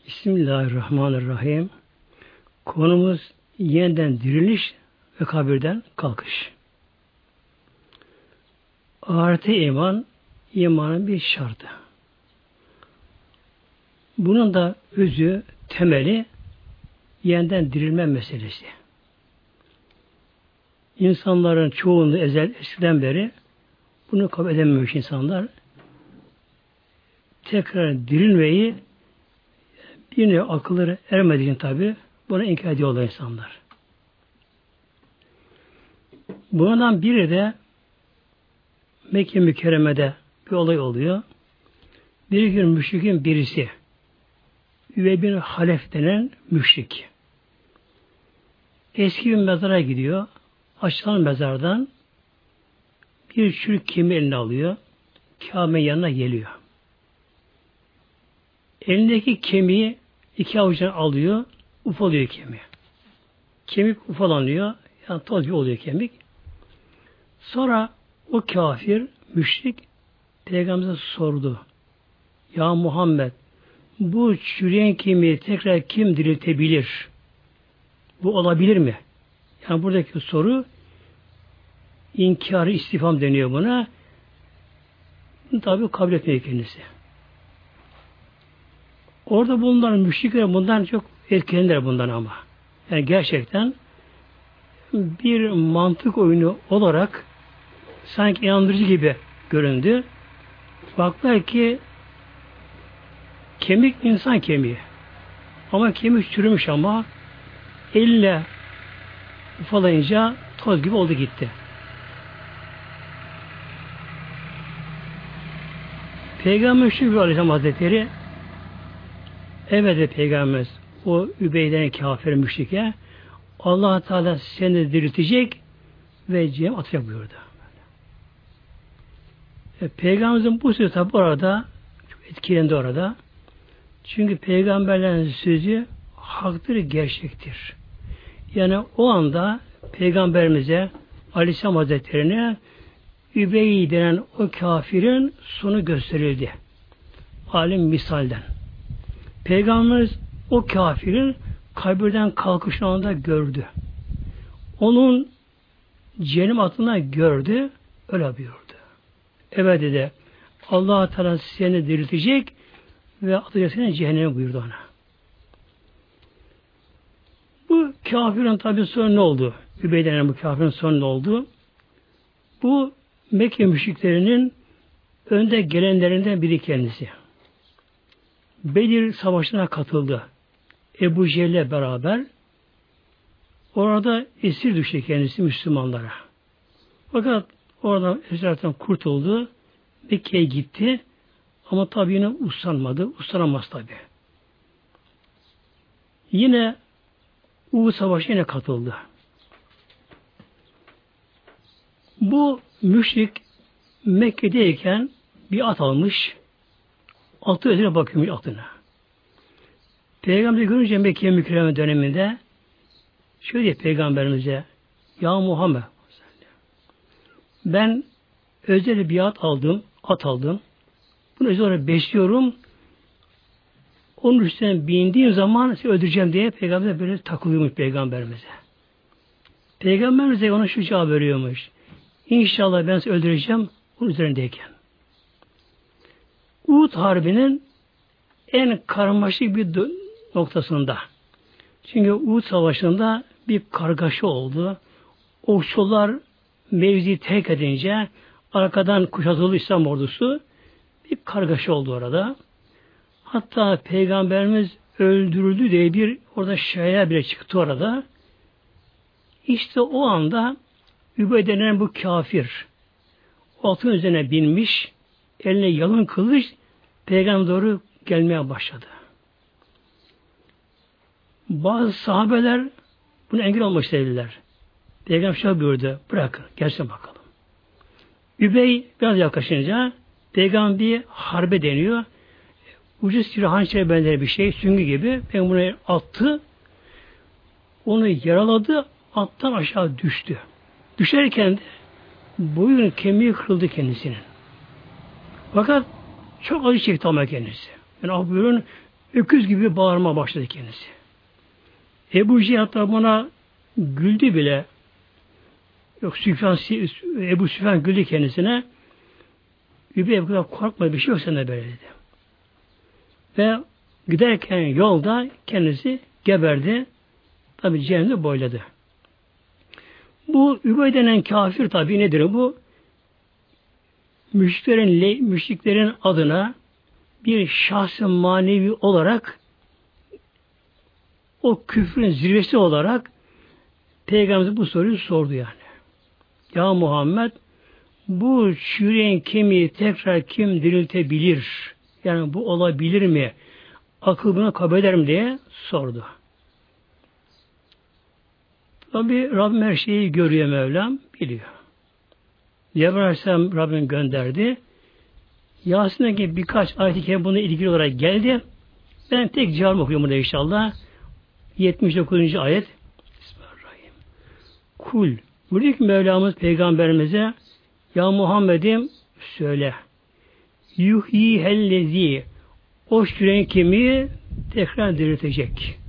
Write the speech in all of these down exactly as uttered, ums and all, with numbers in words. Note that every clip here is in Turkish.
Bismillahirrahmanirrahim. Konumuz yeniden diriliş ve kabirden kalkış. Ahirete iman, imanın bir şartı. Bunun da özü, temeli yeniden dirilme meselesi. İnsanların çoğunluğu ezel, eskiden beri bunu kabul edememiş insanlar. Tekrar dirilmeyi yine akılları ermediği için tabi buna inkar ediyorlar insanlar. Bundan biri de Mekke mükerremede bir olay oluyor. Bir gün müşrikin birisi Üvey bin Halef denen müşrik eski bir mezara gidiyor. Açılan mezardan bir çürük kemiği eline alıyor. Kabe'nin yanına geliyor. Elindeki kemiği iki avucuna alıyor. Ufalıyor kemiği. Kemik ufalanıyor. Yani toz gibi oluyor kemik. Sonra o kafir, müşrik Peygamber'e sordu. Ya Muhammed, bu çürüyen kemiği tekrar kim diriltebilir? Bu olabilir mi? Yani buradaki soru inkarı istifam deniyor buna. Tabi kabul etmiyor kendisi. Orada bulunan müşrikler bundan çok etkilendiler bundan ama. Yani gerçekten bir mantık oyunu olarak sanki inandırıcı gibi göründü. Baklar ki kemik insan kemiği. Ama kemik çürümüş ama elle ufalayınca toz gibi oldu gitti. Peygamber Şükrü Aleyhisselam Hazretleri evet de Peygamberimiz o Übeyden kafir müşrike Allah Teala seni diriltecek ve cehennem atacak buyurdu. E, Peygamberimizin bu sözü tabi orada çok etkilendi orada. Çünkü peygamberlerin sözü haktır, gerçektir. Yani o anda Peygamberimize Aleyhisselam Hazretleri'ne Übey denen o kafirin sonu gösterildi. Alim misalden. Peygamberimiz o kafirin kabirden kalkış anında gördü. Onun cehennem atına gördü. Öyle buyurdu. Evet dedi. Allah Teala seni diriltecek ve atacak seni cehenneme buyurdu ona. Bu kafirin tabi sonu ne oldu? Übey denen bu kafirin sonu ne oldu? Bu Mekke müşriklerinin önde gelenlerinden biri kendisi. Bedir Savaşı'na katıldı. Ebu Cehil'le beraber orada esir düştü kendisi Müslümanlara. Fakat oradan esirlerden kurtuldu. Mekke'ye gitti. Ama tabi yine uslanmadı. Uslanamaz tabi. Yine Uhud Savaşı'na yine katıldı. Bu müşrik Mekke'deyken bir at almış. Atı üzerine bakıyormuş atına. Peygamber görünce Mekke mükerreme döneminde şöyle diye Peygamberimize Ya Muhammed ben özel bir at aldım, at aldım. Bunu özel olarak besliyorum. Onun üstüne bindiğim zaman sizi öldüreceğim diye Peygamber böyle takılıyormuş Peygamberimize. Peygamberimize ona şu cevap veriyormuş. İnşallah ben sizi öldüreceğim onun üzerindeyken. Uhud Harbi'nin en karmaşık bir noktasında. Çünkü Uhud Savaşı'nda bir kargaşa oldu. Okçular mevziyi terk edince arkadan kuşatıldı İslam ordusu. Bir kargaşa oldu orada. Hatta Peygamberimiz öldürüldü diye bir orada şaya bile çıktı orada. İşte o anda Übey denen bu kafir o atın üzerine binmiş, eline yalın kılıç Peygamber doğru gelmeye başladı. Bazı sahabeler bunu engel olmuş dediler. Peygamber şöyle buyurdu. Bırakın. Gelsin bakalım. Übey biraz yaklaşınca Peygamber bir harbe deniyor. Ucu sivri hançere benzeri bir şey. Süngü gibi. Peygamber bunu attı. Onu yaraladı. Attan aşağı düştü. Düşerken de boyun kemiği kırıldı kendisinin. Fakat çok acı çekti ama kendisi. Yani ah buyurun öküz gibi bağırma başladı kendisi. Ebu Cehil hatta buna güldü bile. Yok Süfyan, Ebu Süfyan güldü kendisine. Übey bu kadar korkma, bir şey yok sende böyle dedi. Ve giderken yolda kendisi geberdi. Tabi cehennemde boyladı. Bu Übey denen kafir tabi nedir bu? Müşriklerin, müşriklerin adına bir şahs-ı manevi olarak o küfrün zirvesi olarak Peygamberimiz bu soruyu sordu yani. Ya Muhammed, bu çürüyen kemiği tekrar kim diriltebilir? Yani bu olabilir mi? Akıl buna kabul eder mi diye sordu. Tabi Rabbim her şeyi görüyor, Mevlam biliyor. Cebrail Aleyhisselam Rabbim gönderdi. Yasin'deki birkaç ayet-i kerime bununla ilgili olarak geldi. Ben tek cevap okuyorum burada inşallah. yetmiş dokuzuncu ayet. Bismillahirrahmanirrahim. Kul. Buradaki Mevlamız Peygamberimize ya Muhammed'im söyle. Yuhyi hellezi o çürüyen kemiği tekrar diriltecek.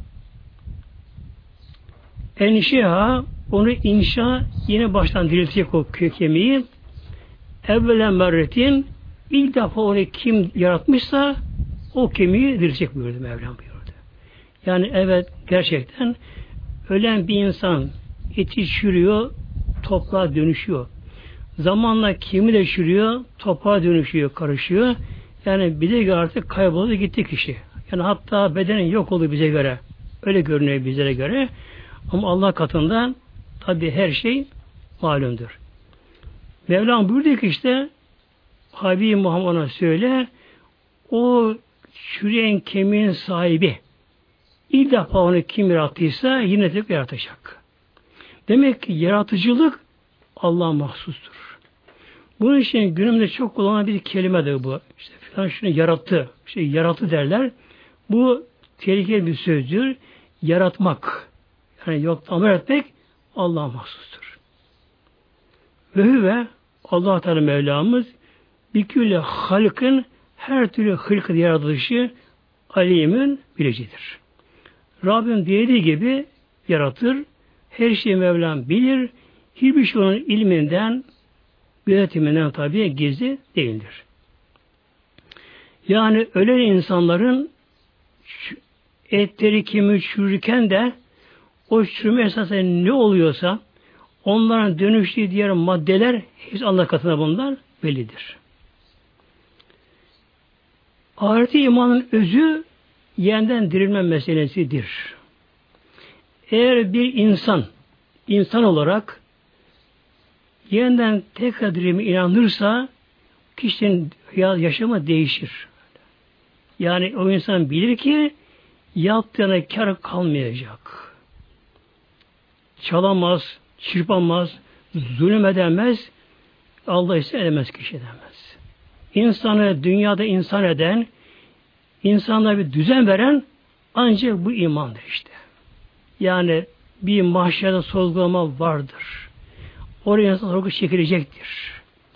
Enşeha onu inşa yine baştan diriltecek o kemiği. Evvelen merretin ilk defa onu kim yaratmışsa o kemiği diriltecek buyurdu Mevlam buyurdu. Yani evet gerçekten ölen bir insan eti çürüyor, toprağa dönüşüyor. Zamanla kimi de çürüyor, toprağa dönüşüyor, karışıyor. Yani bir de artık kayboldu gitti kişi. Yani hatta bedenin yok olduğu bize göre. Öyle görünüyor bizlere göre. Ama Allah katında tabi her şey malumdur. Mevlam buyurdu ki işte Habibi Muhammed'a söyle o çürüyen kemiğin sahibi ilk defa onu kim yarattıysa yine de yaratacak. Demek ki yaratıcılık Allah'a mahsustur. Bunun için günümüzde çok kullanılan bir kelimedir bu. İşte falan şunu yarattı, işte yarattı derler. Bu tehlikeli bir sözdür. Yaratmak, yani yoktan var etmek Allah'a mahsustur. Ve hüve Allah Teala Mevlamız bikülle halkın her türlü hılkı yaratılışı alimin bilicidir. Rabbim dediği gibi yaratır. Her şeyi Mevlam bilir. Hiçbir şey onun ilminden, yönetiminden tabi gizli değildir. Yani ölen insanların etleri kimi çürürken de o çürüme esasında ne oluyorsa onların dönüştüğü diğer maddeler hepsi Allah katında bunlar bellidir. Ahireti imanın özü yeniden dirilme meselesidir. Eğer bir insan insan olarak yeniden tekrar dirilme inanırsa kişinin yaşamı değişir. Yani o insan bilir ki yaptığına kar kalmayacak. Çalamaz, çırpamaz, zulüm edemez, Allah ise edemez, kişi edemez. İnsanı dünyada insan eden, insanlara bir düzen veren ancak bu imandır işte. Yani bir mahşerde sorgulama vardır. Oraya insan sorgu çekilecektir.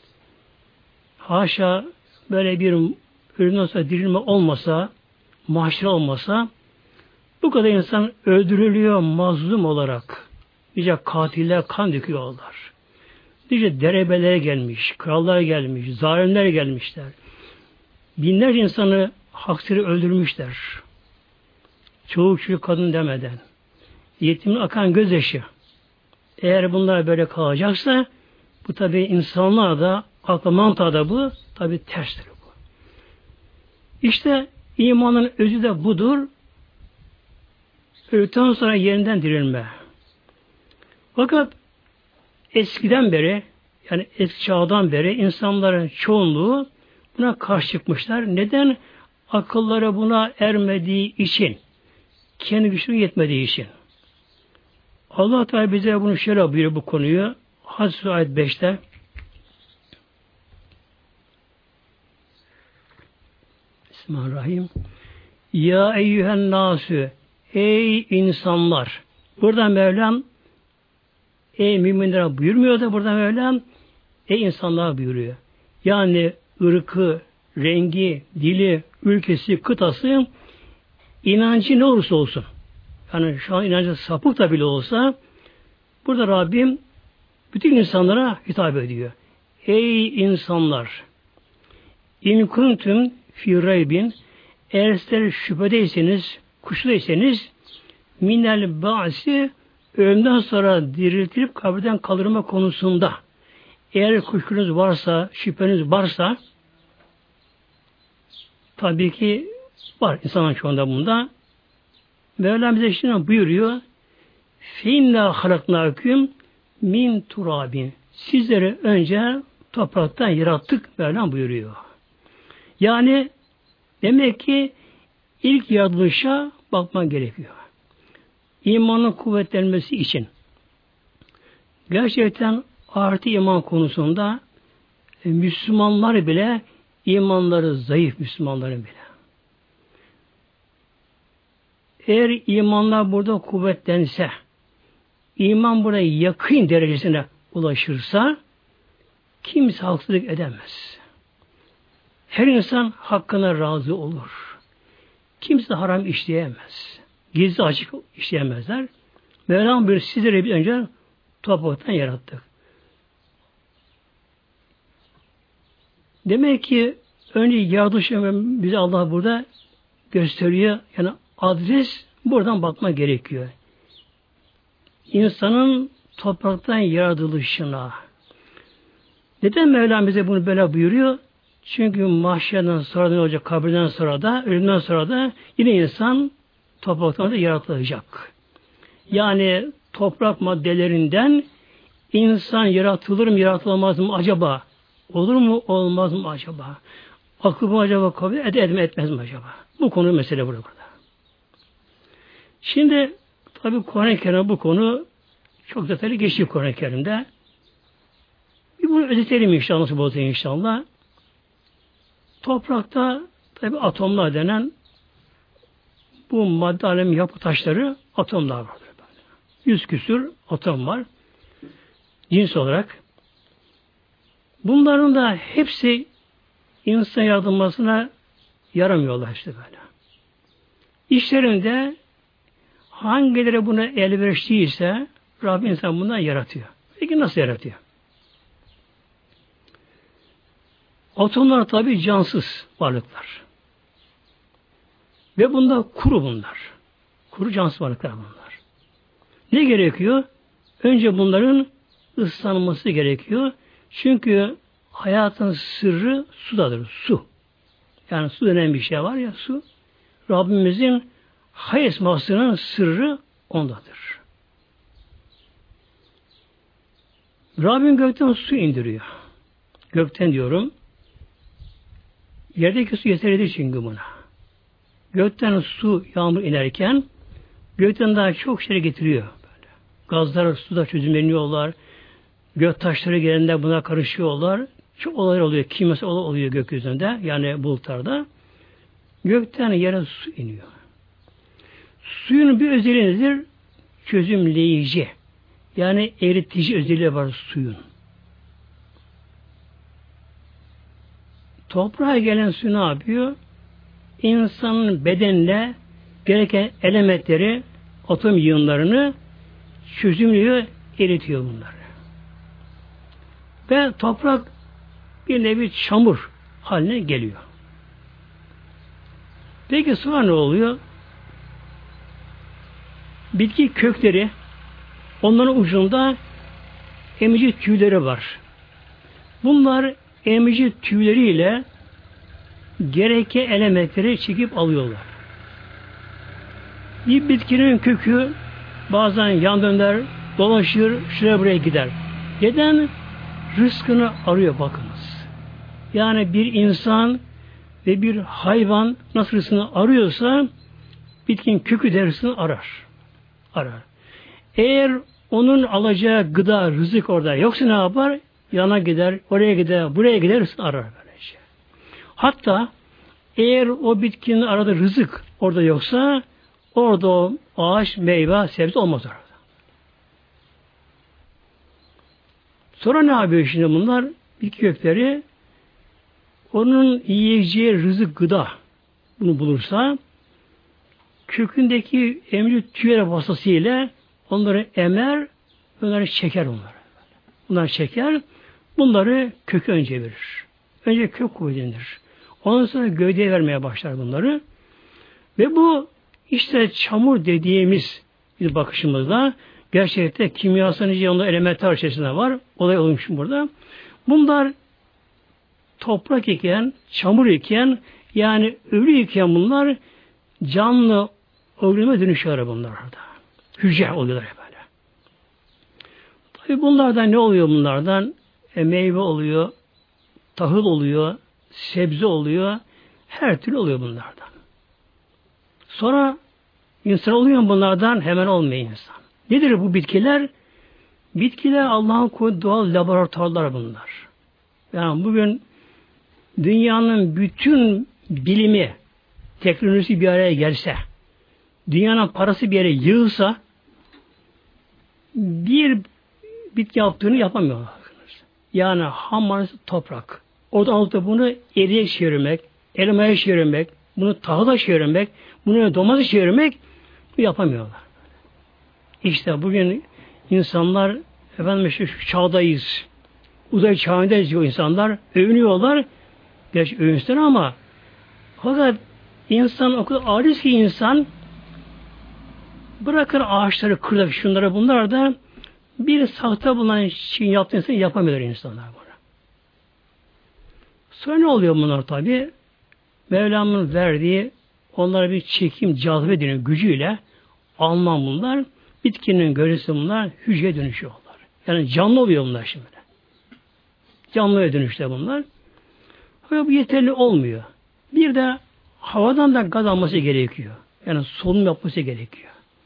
Haşa böyle bir ölümden sonra dirilme olmasa, mahşer olmasa bu kadar insan öldürülüyor mazlum olarak. Nice katiller kan döküyorlar. Nice derebelere gelmiş, krallar gelmiş, zalimler gelmişler. Binlerce insanı haksız öldürmüşler. Çoğu çocuk kadın demeden. Yetimin akan gözyaşı. Eğer bunlar böyle kalacaksa bu tabi insanlığa da akla mantığa da bu tabi terstir bu. İşte imanın özü de budur. Öldükten sonra yeniden dirilme. Fakat eskiden beri yani eski çağdan beri insanların çoğunluğu buna karşı çıkmışlar. Neden? Akılları buna ermediği için. Kendi güçlüğü yetmediği için. Allah Teala bize bunu şöyle buyuruyor bu konuyu. Hadis-i ayet beşte Bismillahirrahmanirrahim. Ya eyyühen nasü ey insanlar. Burada Mevlam ey müminlere buyurmuyor da burada Mevlam ey insanlar buyuruyor. Yani ırkı, rengi, dili, ülkesi, kıtası inancı ne olursa olsun, yani şu an inancı sapık da bile olsa, burada Rabbim bütün insanlara hitap ediyor. Ey insanlar! İn kuntum fî reybin, eğer sizler şüphedeyseniz, kuşkudayseniz, minel ba'si, ölümden sonra diriltilip kabirden kaldırma konusunda, eğer kuşkunuz varsa, şüpheniz varsa, tabii ki var insanın şu anda bunda. Mevlam bize şimdi buyuruyor, فَاِنَّا خَلَقْنَاكُمْ min turabin. Sizleri önce topraktan yarattık Mevlam buyuruyor. Yani demek ki ilk yaratılışa bakman gerekiyor. İmanın kuvvetlenmesi için. Gerçekten artı iman konusunda e, Müslümanlar bile imanları zayıf Müslümanların bile. Eğer imanlar burada kuvvetlense, iman buraya yakın derecesine ulaşırsa kimse haksızlık edemez. Her insan hakkına razı olur. Kimse haram işleyemez. Gizli açık işleyemezler. Mevlam bir sizleri bir önce topraktan yarattık. Demek ki önce yaratılışı bize Allah burada gösteriyor. Yani adres buradan bakma gerekiyor. İnsanın topraktan yaratılışına. Neden Mevlam bize bunu böyle buyuruyor? Çünkü mahşerden sonra ne olacak? Kabirden sonra da, ölümden sonra da yine insan topraktan da yaratılacak. Yani toprak maddelerinden insan yaratılır mı, yaratılamaz mı acaba? Olur mu, olmaz mı acaba? Akıl mı acaba kabul eder mi, etmez mi acaba? Bu konu mesele burada. Şimdi tabi Kur'an-ı Kerim bu konu çok detaylı geçiyor Kur'an-ı Kerim'de. Bir bunu özetelim inşallah, nasıl bozayım inşallah. Toprakta tabi atomlar denen bu madde alemi yapı taşları atomlar vardır. Böyle. Yüz küsür atom var. Cins olarak. Bunların da hepsi insan yaratılmasına yaramıyorlar işte böyle. İşlerinde hangileri buna elverişliyse Rabbim insan bundan yaratıyor. Peki nasıl yaratıyor? Atomlar tabi cansız varlıklar. Ve bunda kuru bunlar. Kuru cansız varlıklar bunlar. Ne gerekiyor? Önce bunların ıslanması gerekiyor. Çünkü hayatın sırrı sudadır. Su. Yani su denen bir şey var ya, su. Rabbimizin hay esmasının sırrı ondadır. Rabbim gökten su indiriyor. Gökten diyorum. Yerdeki su yeterlidir çünkü buna. Gökten su, yağmur inerken gökten daha çok şey getiriyor. Böyle. Gazlar suda çözümleniyorlar. Gök taşları gelenler buna karışıyorlar. Çok olaylar oluyor. Kimyasal olay oluyor gökyüzünde. Yani bulutlarda. Gökten yere su iniyor. Suyun bir özelliği nedir? Çözümleyici. Yani eritici özelliği var suyun. Toprağa gelen su ne yapıyor? İnsanın bedenine gereken elementleri, atom yığınlarını çözümlüyor, eritiyor bunları. Ve toprak bir nevi çamur haline geliyor. Peki sonra ne oluyor? Bitki kökleri, onların ucunda emici tüyleri var. Bunlar emici tüyleriyle gereken elementleri çekip alıyorlar. Bir bitkinin kökü bazen yan döner, dolaşır, şuraya buraya gider. Neden? Rızkını arıyor bakınız. Yani bir insan ve bir hayvan nasıl rızkını arıyorsa bitkinin kökü de rızkını arar. Arar. Eğer onun alacağı gıda, rızık orada yoksa ne yapar? Yana gider, oraya gider, buraya gider, rızkını arar böylece. Hatta eğer o bitkinin aradığı rızık orada yoksa orada o ağaç, meyve, sebze olmaz orada. Sonra ne yapıyor şimdi bunlar? Bitki kökleri onun yiyeceği rızık, gıda bunu bulursa kökündeki emri tüyler vasıtasıyla onları emer, onları çeker bunları. Bunlar çeker, bunları kökü önce verir. Önce kök kuvvetlenir. Ondan sonra gövdeye vermeye başlar bunları. Ve bu işte çamur dediğimiz bir bakışımızda gerçekten kimyasal yanında elementler içerisinde var. Olay olmuş burada. Bunlar toprak iken, çamur iken, yani ölü iken bunlar canlı organizma dönüşüyor bunlarda. Hücre oluyorlar böyle. Tabi bunlardan ne oluyor bunlardan? E, meyve oluyor, tahıl oluyor, sebze oluyor, her türlü oluyor bunlardan. Sonra insan oluyor mu bunlardan? Hemen olmuyor insan. Nedir bu bitkiler? Bitkiler Allah'ın koyduğu doğal laboratuvarlar bunlar. Yani bugün dünyanın bütün bilimi, teknolojisi bir araya gelse, dünyanın parası bir yere yığılsa, bir bitki yaptığını yapamıyorlar. Yani ham manası toprak. Oradan alıp da bunu eriye çevirmek, elmaya çevirmek, bunu tahıla çevirmek, bunu domates çevirmek, bu yapamıyorlar. İşte bugün insanlar, efendim şu, şu çağdayız, uzay çağındayız diyor insanlar, övünüyorlar. Gerçi övünsün ama fakat insan o kadar aciz ki insan bırakır ağaçları, kırdak, şunları bunlar da bir sahte bulunan şey yaptığını yapamıyorlar insanlar bunu. Sonra ne oluyor bunlar tabi? Mevlam'ın verdiği onlara bir çekim, cazibe deniyor gücüyle Alman bunlar, bitkinin gölgesi bunlar, hücreye dönüşüyorlar. Yani canlı oluyor bunlar şimdi. Canlıya dönüşte bunlar. Ama bu yeterli olmuyor. Bir de havadan da gaz alması gerekiyor. Yani solunum yapması gerekiyor.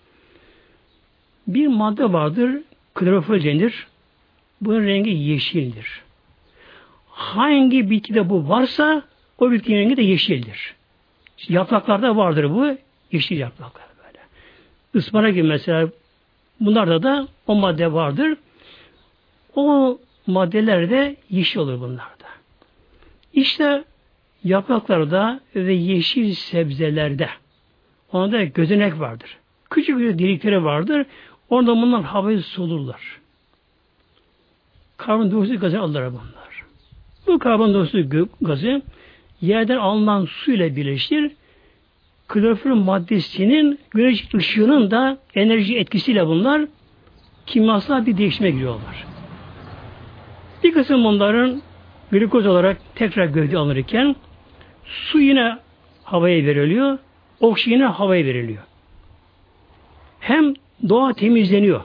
Bir madde vardır, klorofil denir. Bunun rengi yeşildir. Hangi bitkide bu varsa o bitkinin rengi de yeşildir. İşte yapraklarda vardır bu, yeşil yapraklar böyle. Ispanak gibi mesela bunlarda da o madde vardır. O maddeler de yeşil olur bunlarda. İşte yapraklarda ve yeşil sebzelerde onda gözenek vardır. Küçük bir delikleri vardır. Orada bunlar havayı solurlar. Karbondioksit gazı alırlar bunlar. Bu karbondioksit gazı yerden alınan su ile birleşir. Klorofil maddesinin güneş ışığının da enerji etkisiyle bunlar kimyasal bir değişime giriyorlar. Bir kısım bunların glikoz olarak tekrar gövde alınırken su yine havaya veriliyor, oksijen yine havaya veriliyor. Hem doğa temizleniyor.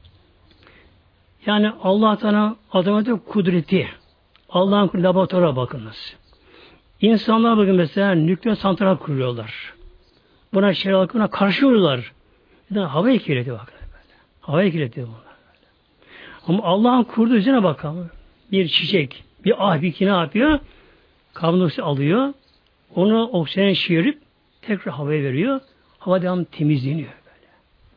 Yani Allah Teala adamın kudreti, Allah'ın laboratuvara bakınız. İnsanlar bugün mesela nükleer santral kuruyorlar. Buna şeriat hakkına karşı oluyorlar. Yani havayı kirletiyor bakın. Havayı kirletiyor bunlar. Ama Allah'ın kurduğu üzerine bakalım. Bir çiçek, bir ahbiki ne yapıyor? Karbondioksit alıyor. Onu oksijene çevirip tekrar havaya veriyor. Hava devamlı temizleniyor böyle.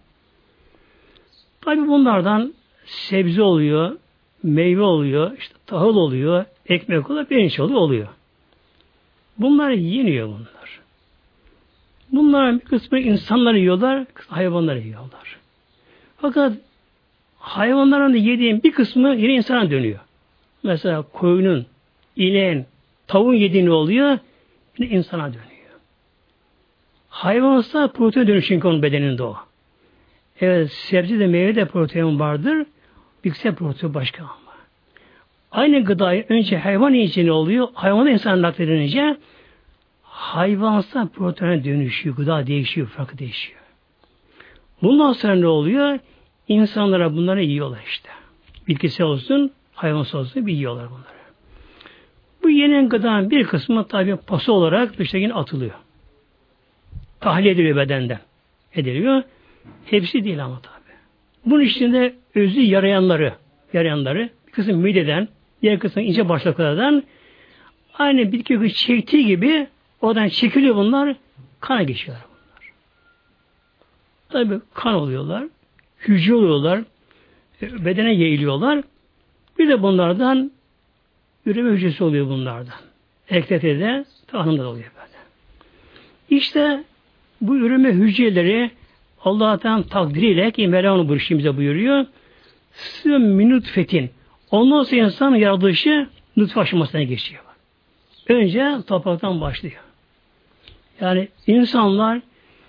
Tabi bunlardan sebze oluyor, meyve oluyor, işte tahıl oluyor, ekmek oluyor, pirinç oluyor, oluyor. Bunlar yeniyor bunlar. Bunların bir kısmı insanlar yiyorlar, hayvanlar yiyorlar. Fakat hayvanların da yediğin bir kısmı yine insana dönüyor. Mesela koyunun, ineğin, tavuğun yediği ne oluyor? Yine insana dönüyor. Hayvansa protein dönüşüyor onun bedeninde o. Evet, sebze de meyve de protein vardır. Bilgisayar protein başka ama. Aynı gıdayı önce hayvan yiyince ne oluyor? Hayvana insan nakledilince hayvansa proteine dönüşüyor. Gıda değişiyor, farkı değişiyor. Bundan sonra ne oluyor? İnsanlara bunları yiyorlar işte. Bitkisel olsun, hayvansal olsun bir yiyorlar bunları. Bu yenen gıdanın bir kısmı tabi pası olarak dışarı atılıyor. Tahliye ediliyor bedenden. Ediliyor. Hepsi değil ama tabi. Bunun içinde özü yarayanları, yarayanları bir kısım mideden, diğer kısım ince bağırsaklardan aynı bitki kökü çektiği gibi oradan çekiliyor bunlar, kana geçiyorlar bunlar. Tabi kan oluyorlar, hücre oluyorlar, bedene yayılıyorlar. Bir de bunlardan üreme hücresi oluyor bunlardan. Erkekte de, hanımda da oluyor böyle. İşte Bu üreme hücreleri Allah'tan takdiriyle ki Mevla onu bize buyuruyor. Minut fetin. Ondan sonra insan yaratılışı nutfe aşamasına geçiyor. Önce topraktan başlıyor. Yani insanlar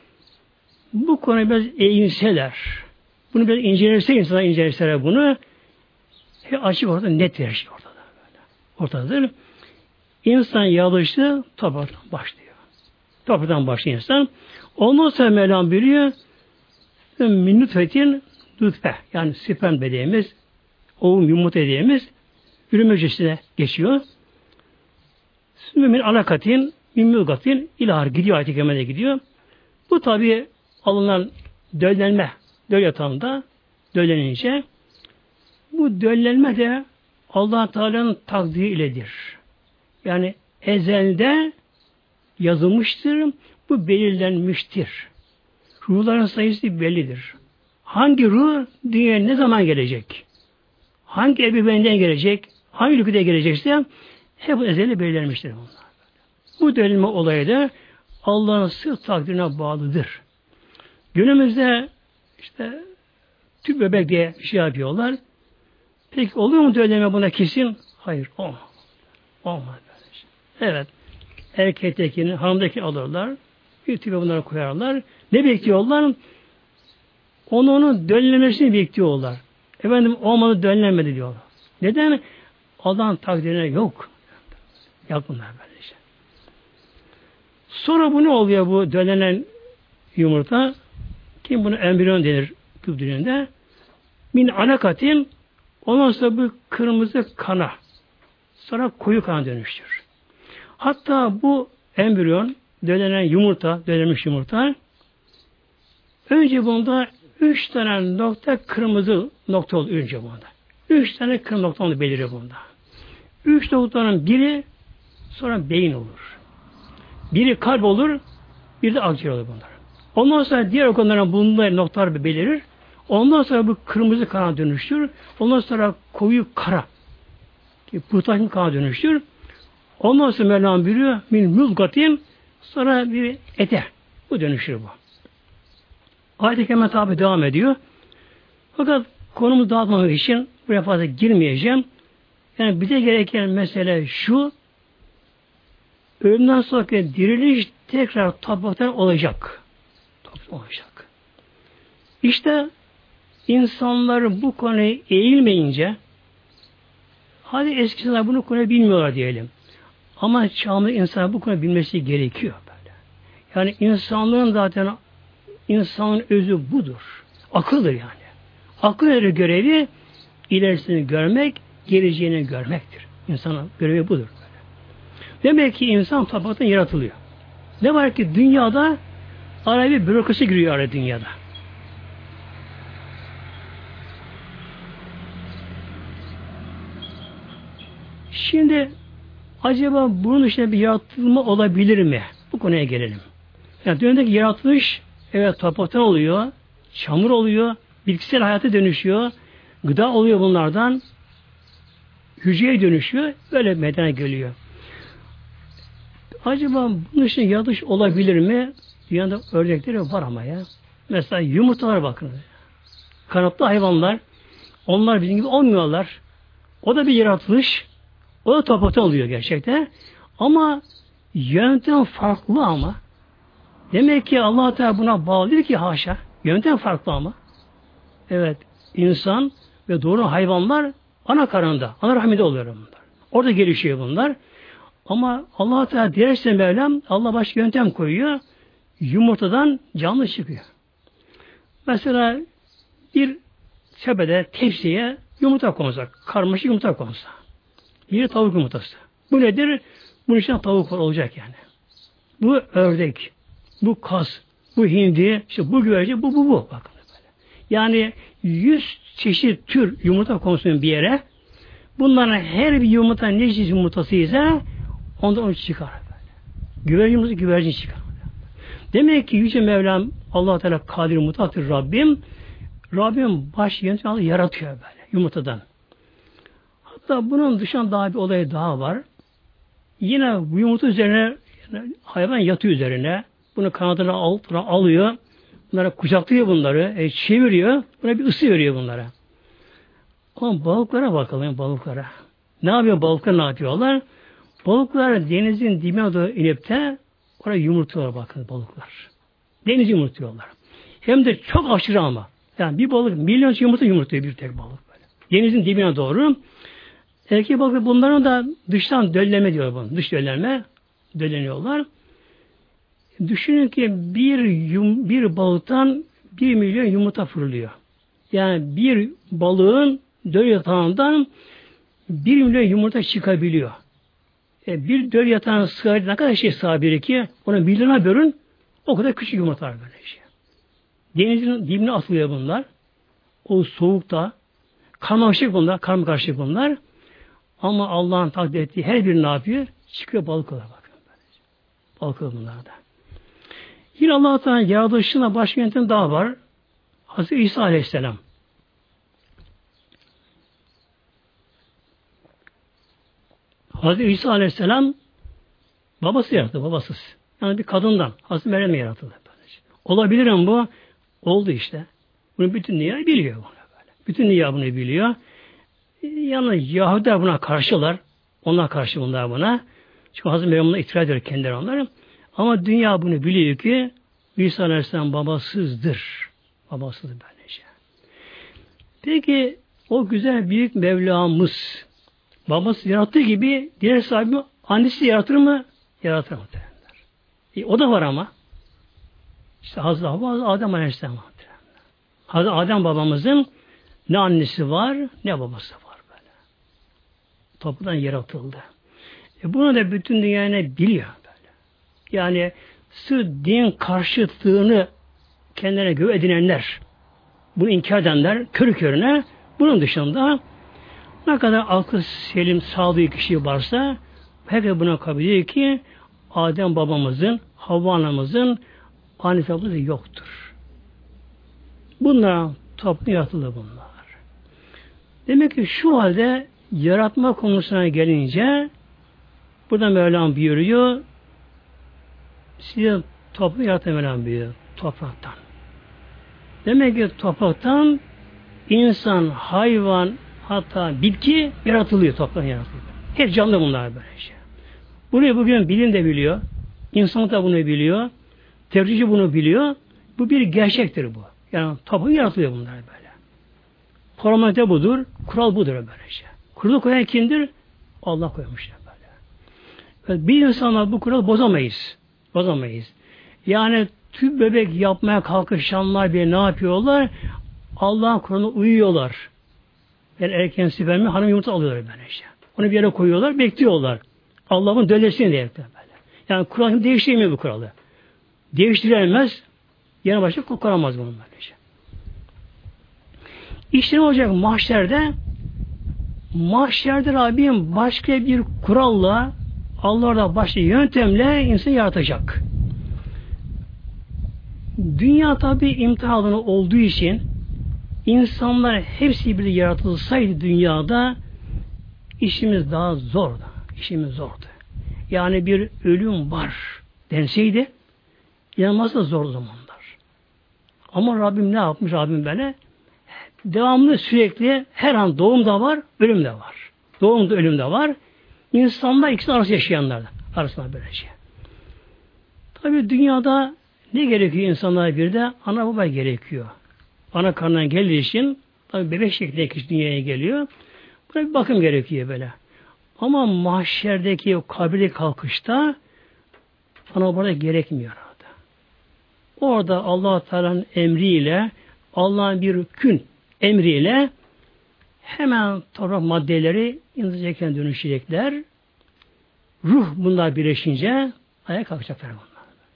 bu konuyu biraz eğinseler, bunu biraz incelerse insanlar incelerse bunu açık ortada net bir şey ortada. Böyle. Ortadadır. İnsan yaratılışı topraktan başlıyor. Topraktan başlıyor insan. Ondan sonra Mevlam buyuruyor minut fetin nutfe yani sperm dediğimiz oğum yumurta dediğimiz üreme hücresine geçiyor. Mümin alakatin, mümmugatin ilahar gidiyor, ayet-i kerimede gidiyor. Bu tabi alınan döllenme, döl yatağında döllenince bu döllenme de Allah Teala'nın takdiri iledir. Yani ezelde yazılmıştır, bu belirlenmiştir. Ruhların sayısı bellidir. Hangi ruh dünyaya ne zaman gelecek? Hangi ebeveynden gelecek? Hangi ülkede gelecekse hep ezeli belirlenmiştir bunlar. Bu dönülme olayı da Allah'ın sırf takdirine bağlıdır. Günümüzde işte tüp bebek diye bir şey yapıyorlar. Peki oluyor mu dönülme buna kesin? Hayır, olmaz. Olmaz böyle şey. Evet. Erkektekini, hanımdaki alırlar. Bir tüpe bunları koyarlar. Ne bekliyorlar? Onu onun dönülmesini bekliyorlar. Efendim olmadı dönülemedi diyorlar. Neden? Allah'ın takdirine yok. Yapınlar böyle şey. Sonra bu ne oluyor bu dönen yumurta? Kim bunu embriyon denir tıp dilinde? Min alakatin ondan sonra bu kırmızı kana sonra koyu kana dönüştür. Hatta bu embriyon dönen yumurta, dönülmüş yumurta önce bunda üç tane nokta kırmızı nokta olur önce bunda. Üç tane kırmızı nokta onu belirir bunda. Üç noktanın biri sonra beyin olur. Biri kalp olur, bir de akciğer olur bunlar. Ondan sonra diğer organların bulunduğu noktalar belirir. Ondan sonra bu kırmızı kana dönüştür. Ondan sonra koyu kara. Pıhtaşın kana dönüştür. Ondan sonra Mevlam buyuruyor min mülgatin sonra bir ete. Bu dönüşür bu. Ayet-i Kerime tabi devam ediyor. Fakat konumuzu dağıtmamak için buraya fazla girmeyeceğim. Yani bize gereken mesele şu, ölümden sonraki diriliş tekrar topraktan olacak. Topraktan olacak. İşte insanlar bu konuya eğilmeyince, hadi eskiler bunu konuyu bilmiyorlar diyelim. Ama çağımda insanlar bu konuyu bilmesi gerekiyor böyle. Yani insanlığın zaten insanın özü budur. Akıldır yani. Akıl görevi ilerisini görmek, geleceğini görmektir. İnsanın görevi budur. Böyle. Demek ki insan topraktan yaratılıyor. Ne var ki dünyada araya bir bürokrasi giriyor araya dünyada. Şimdi acaba bunun dışında bir yaratılma olabilir mi? Bu konuya gelelim. Yani dünyadaki yaratılış evet topraktan oluyor, çamur oluyor, bitkisel hayata dönüşüyor, gıda oluyor bunlardan, hücreye dönüşüyor, böyle meydana geliyor. Acaba bunun için yaratılış olabilir mi? Dünyada örnekleri var ama ya. Mesela yumurtalara bakın. Kanatlı hayvanlar, onlar bizim gibi olmuyorlar. O da bir yaratılış. O da topraktan oluyor gerçekten. Ama yöntem farklı ama. Demek ki Allah Teala buna bağlı değil ki haşa. Yöntem farklı ama. Evet, insan ve doğru hayvanlar ana karnında, ana rahminde oluyor bunlar. Orada gelişiyor bunlar. Ama Allah Teala dilerse Mevlam, Allah başka yöntem koyuyor. Yumurtadan canlı çıkıyor. Mesela bir sepede, tepsiye yumurta konsa, karmaşık yumurta konsa. Bir tavuk yumurtası. Bu nedir? Bunun için tavuk olacak yani. Bu ördek, bu kas, bu hindi, işte bu güvercin, bu bu bu. Bakın böyle. Yani yüz çeşit tür yumurta konsun bir yere. Bunların her bir yumurta ne çeşit yumurtası ise ondan onu çıkar böyle. Güvercin yumurtası güvercin çıkar. Demek ki Yüce Mevlam Allah Teala kadir mutaktır Rabbim. Rabbim baş yöntemi yaratıyor böyle yumurtadan. Hatta bunun dışında daha bir olay daha var. Yine bu yumurta üzerine yani hayvan yatıyor üzerine. Bunu kanadına altına alıyor. Bunlara kucaklıyor bunları. E, çeviriyor. Buna bir ısı veriyor bunlara. Ama balıklara bakalım balıklara. Ne yapıyor balıklar ne yapıyorlar? Balıklar denizin dibine doğru inip de oraya yumurtluyorlar bakın balıklar. Deniz yumurtluyorlar. Hem de çok aşırı ama. Yani bir balık milyon yumurta yumurtluyor bir tek balık böyle. Denizin dibine doğru. Erkek balık bunların da dıştan dölleme diyor bunu. Dış dölleme. Dölleniyorlar. Düşünün ki bir yum, bir balıktan bir milyon yumurta fırlıyor. Yani bir balığın döl yatağından bir milyon yumurta çıkabiliyor. E, bir döl yatağına sığar, ne kadar şey sığabilir ki? Onu milyona bölün, o kadar küçük yumurtalar böyle şey. Denizin dibine atılıyor bunlar. O soğukta, karmaşık bunlar, karma karışık bunlar. Ama Allah'ın takdir ettiği her biri ne yapıyor? Çıkıyor balık olarak bakın. Balık olarak bunlar da. Yine Allah-u Teala'nın yaratılışına başka yöntem daha var. Hazreti İsa Aleyhisselam. Hazreti İsa Aleyhisselam babası yarattı, babasız. Yani bir kadından. Hazreti Meryem yaratıldı. Olabilir mi bu? Oldu işte. Bunu bütün dünya biliyor bunu böyle. Bütün dünya bunu biliyor. Yalnız Yahudiler buna karşılar. Onlar karşı bunlar buna. Çünkü Hazreti Meryem buna itiraz ediyor kendileri onları. Ama dünya bunu biliyor ki İsa Aleyhisselam babasızdır. Babasızdır böylece. Peki o güzel büyük Mevlamız babası yarattığı gibi diğer sahibi annesi yaratır mı? Yaratır mı? E, o da var ama. İşte Hazreti Havva, Adem Aleyhisselam. Hazreti Adem babamızın ne annesi var ne babası var böyle. Topraktan yaratıldı. E, bunu da bütün dünya ne biliyor böyle. Yani sırf din karşıtlığını kendilerine göre edinenler, bunu inkar edenler körü körüne bunun dışında ne kadar akıl selim sağlığı kişi varsa herkes buna kabul ediyor ki Adem babamızın, Havva anamızın annesi babası yoktur. Bunlar toplum yaratıldı bunlar. Demek ki şu halde yaratma konusuna gelince burada Mevlam buyuruyor size toplum yaratan Mevlam buyuruyor. Topraktan. Demek ki topraktan insan, hayvan, hatta bitki yaratılıyor, topraktan yaratılıyor. Hep canlı bunlar böyle şey. Bunu bugün bilim de biliyor. İnsan da bunu biliyor. Teorici bunu biliyor. Bu bir gerçektir bu. Yani topraktan yaratılıyor bunlar böyle. Parametre budur, kural budur böyle şey. Kuralı koyan kimdir? Allah koymuşlar böyle. Bir insanla bu kuralı bozamayız. Bozamayız. Yani tüp bebek yapmaya kalkışanlar bir ne yapıyorlar? Allah'ın kuralına uyuyorlar. Yani erken spermi hanım yumurta alıyorlar böyle işte. Onu bir yere koyuyorlar, bekliyorlar. Allah'ın dölesini diye böyle. Yani kural değiştirmiyor bu kuralı. Değiştirilmez, yine başka kurtaramaz bunu böyle şey. İşte ne olacak mahşerde? Mahşerde Rabbim başka bir kuralla, Allah'da başka yöntemle insan yaratacak. Dünya tabi imtihan alanı olduğu için insanlar hepsi bir yaratılsaydı dünyada işimiz daha zordu. İşimiz zordu. Yani bir ölüm var denseydi inanılmaz da zor zamanlar. Ama Rabbim ne yapmış Rabbim böyle? Devamlı sürekli her an doğum da var, ölüm de var. Doğum da ölüm de var. İnsanlar ikisi arası yaşayanlar arasında böyle şey. Tabi dünyada ne gerekiyor insanlara bir de? Ana baba gerekiyor. Ana karnından geldiği için tabi bebek şeklinde kişi dünyaya geliyor. Buna bir bakım gerekiyor böyle. Ama mahşerdeki o kabile kalkışta ana baba gerekmiyor orada. Orada Allah-u Teala'nın emriyle Allah'ın bir hüküm emriyle hemen toprak maddeleri inecekten dönüşecekler. Ruh bunlar birleşince ayağa kalkacaklar bunlar.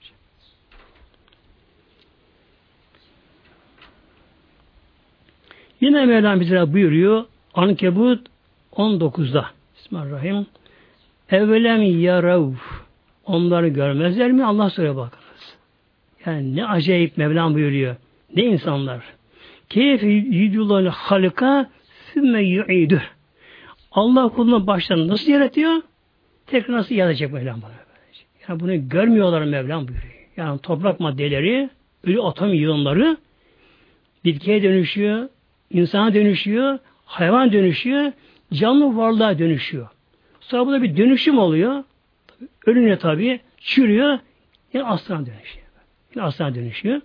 Yine Mevlam bize buyuruyor Ankebut on dokuzda Bismillahirrahmanirrahim. Evvelem yarav onları görmezler mi? Allah söyle bakınız. Yani ne acayip Mevlam buyuruyor. Ne insanlar. Keyfi yüdüllâhül halika sümme yu'idü. Allah kulunu baştan nasıl yaratıyor? Tekrar nasıl yaratacak Mevlam bana? Yani bunu görmüyorlar Mevlam buyuruyor. Yani toprak maddeleri, ölü atom iyonları bitkiye dönüşüyor, insana dönüşüyor, hayvan dönüşüyor, canlı varlığa dönüşüyor. Sonra burada bir dönüşüm oluyor. Ölünce tabii çürüyor, yine aslana dönüşüyor. Yine aslana dönüşüyor.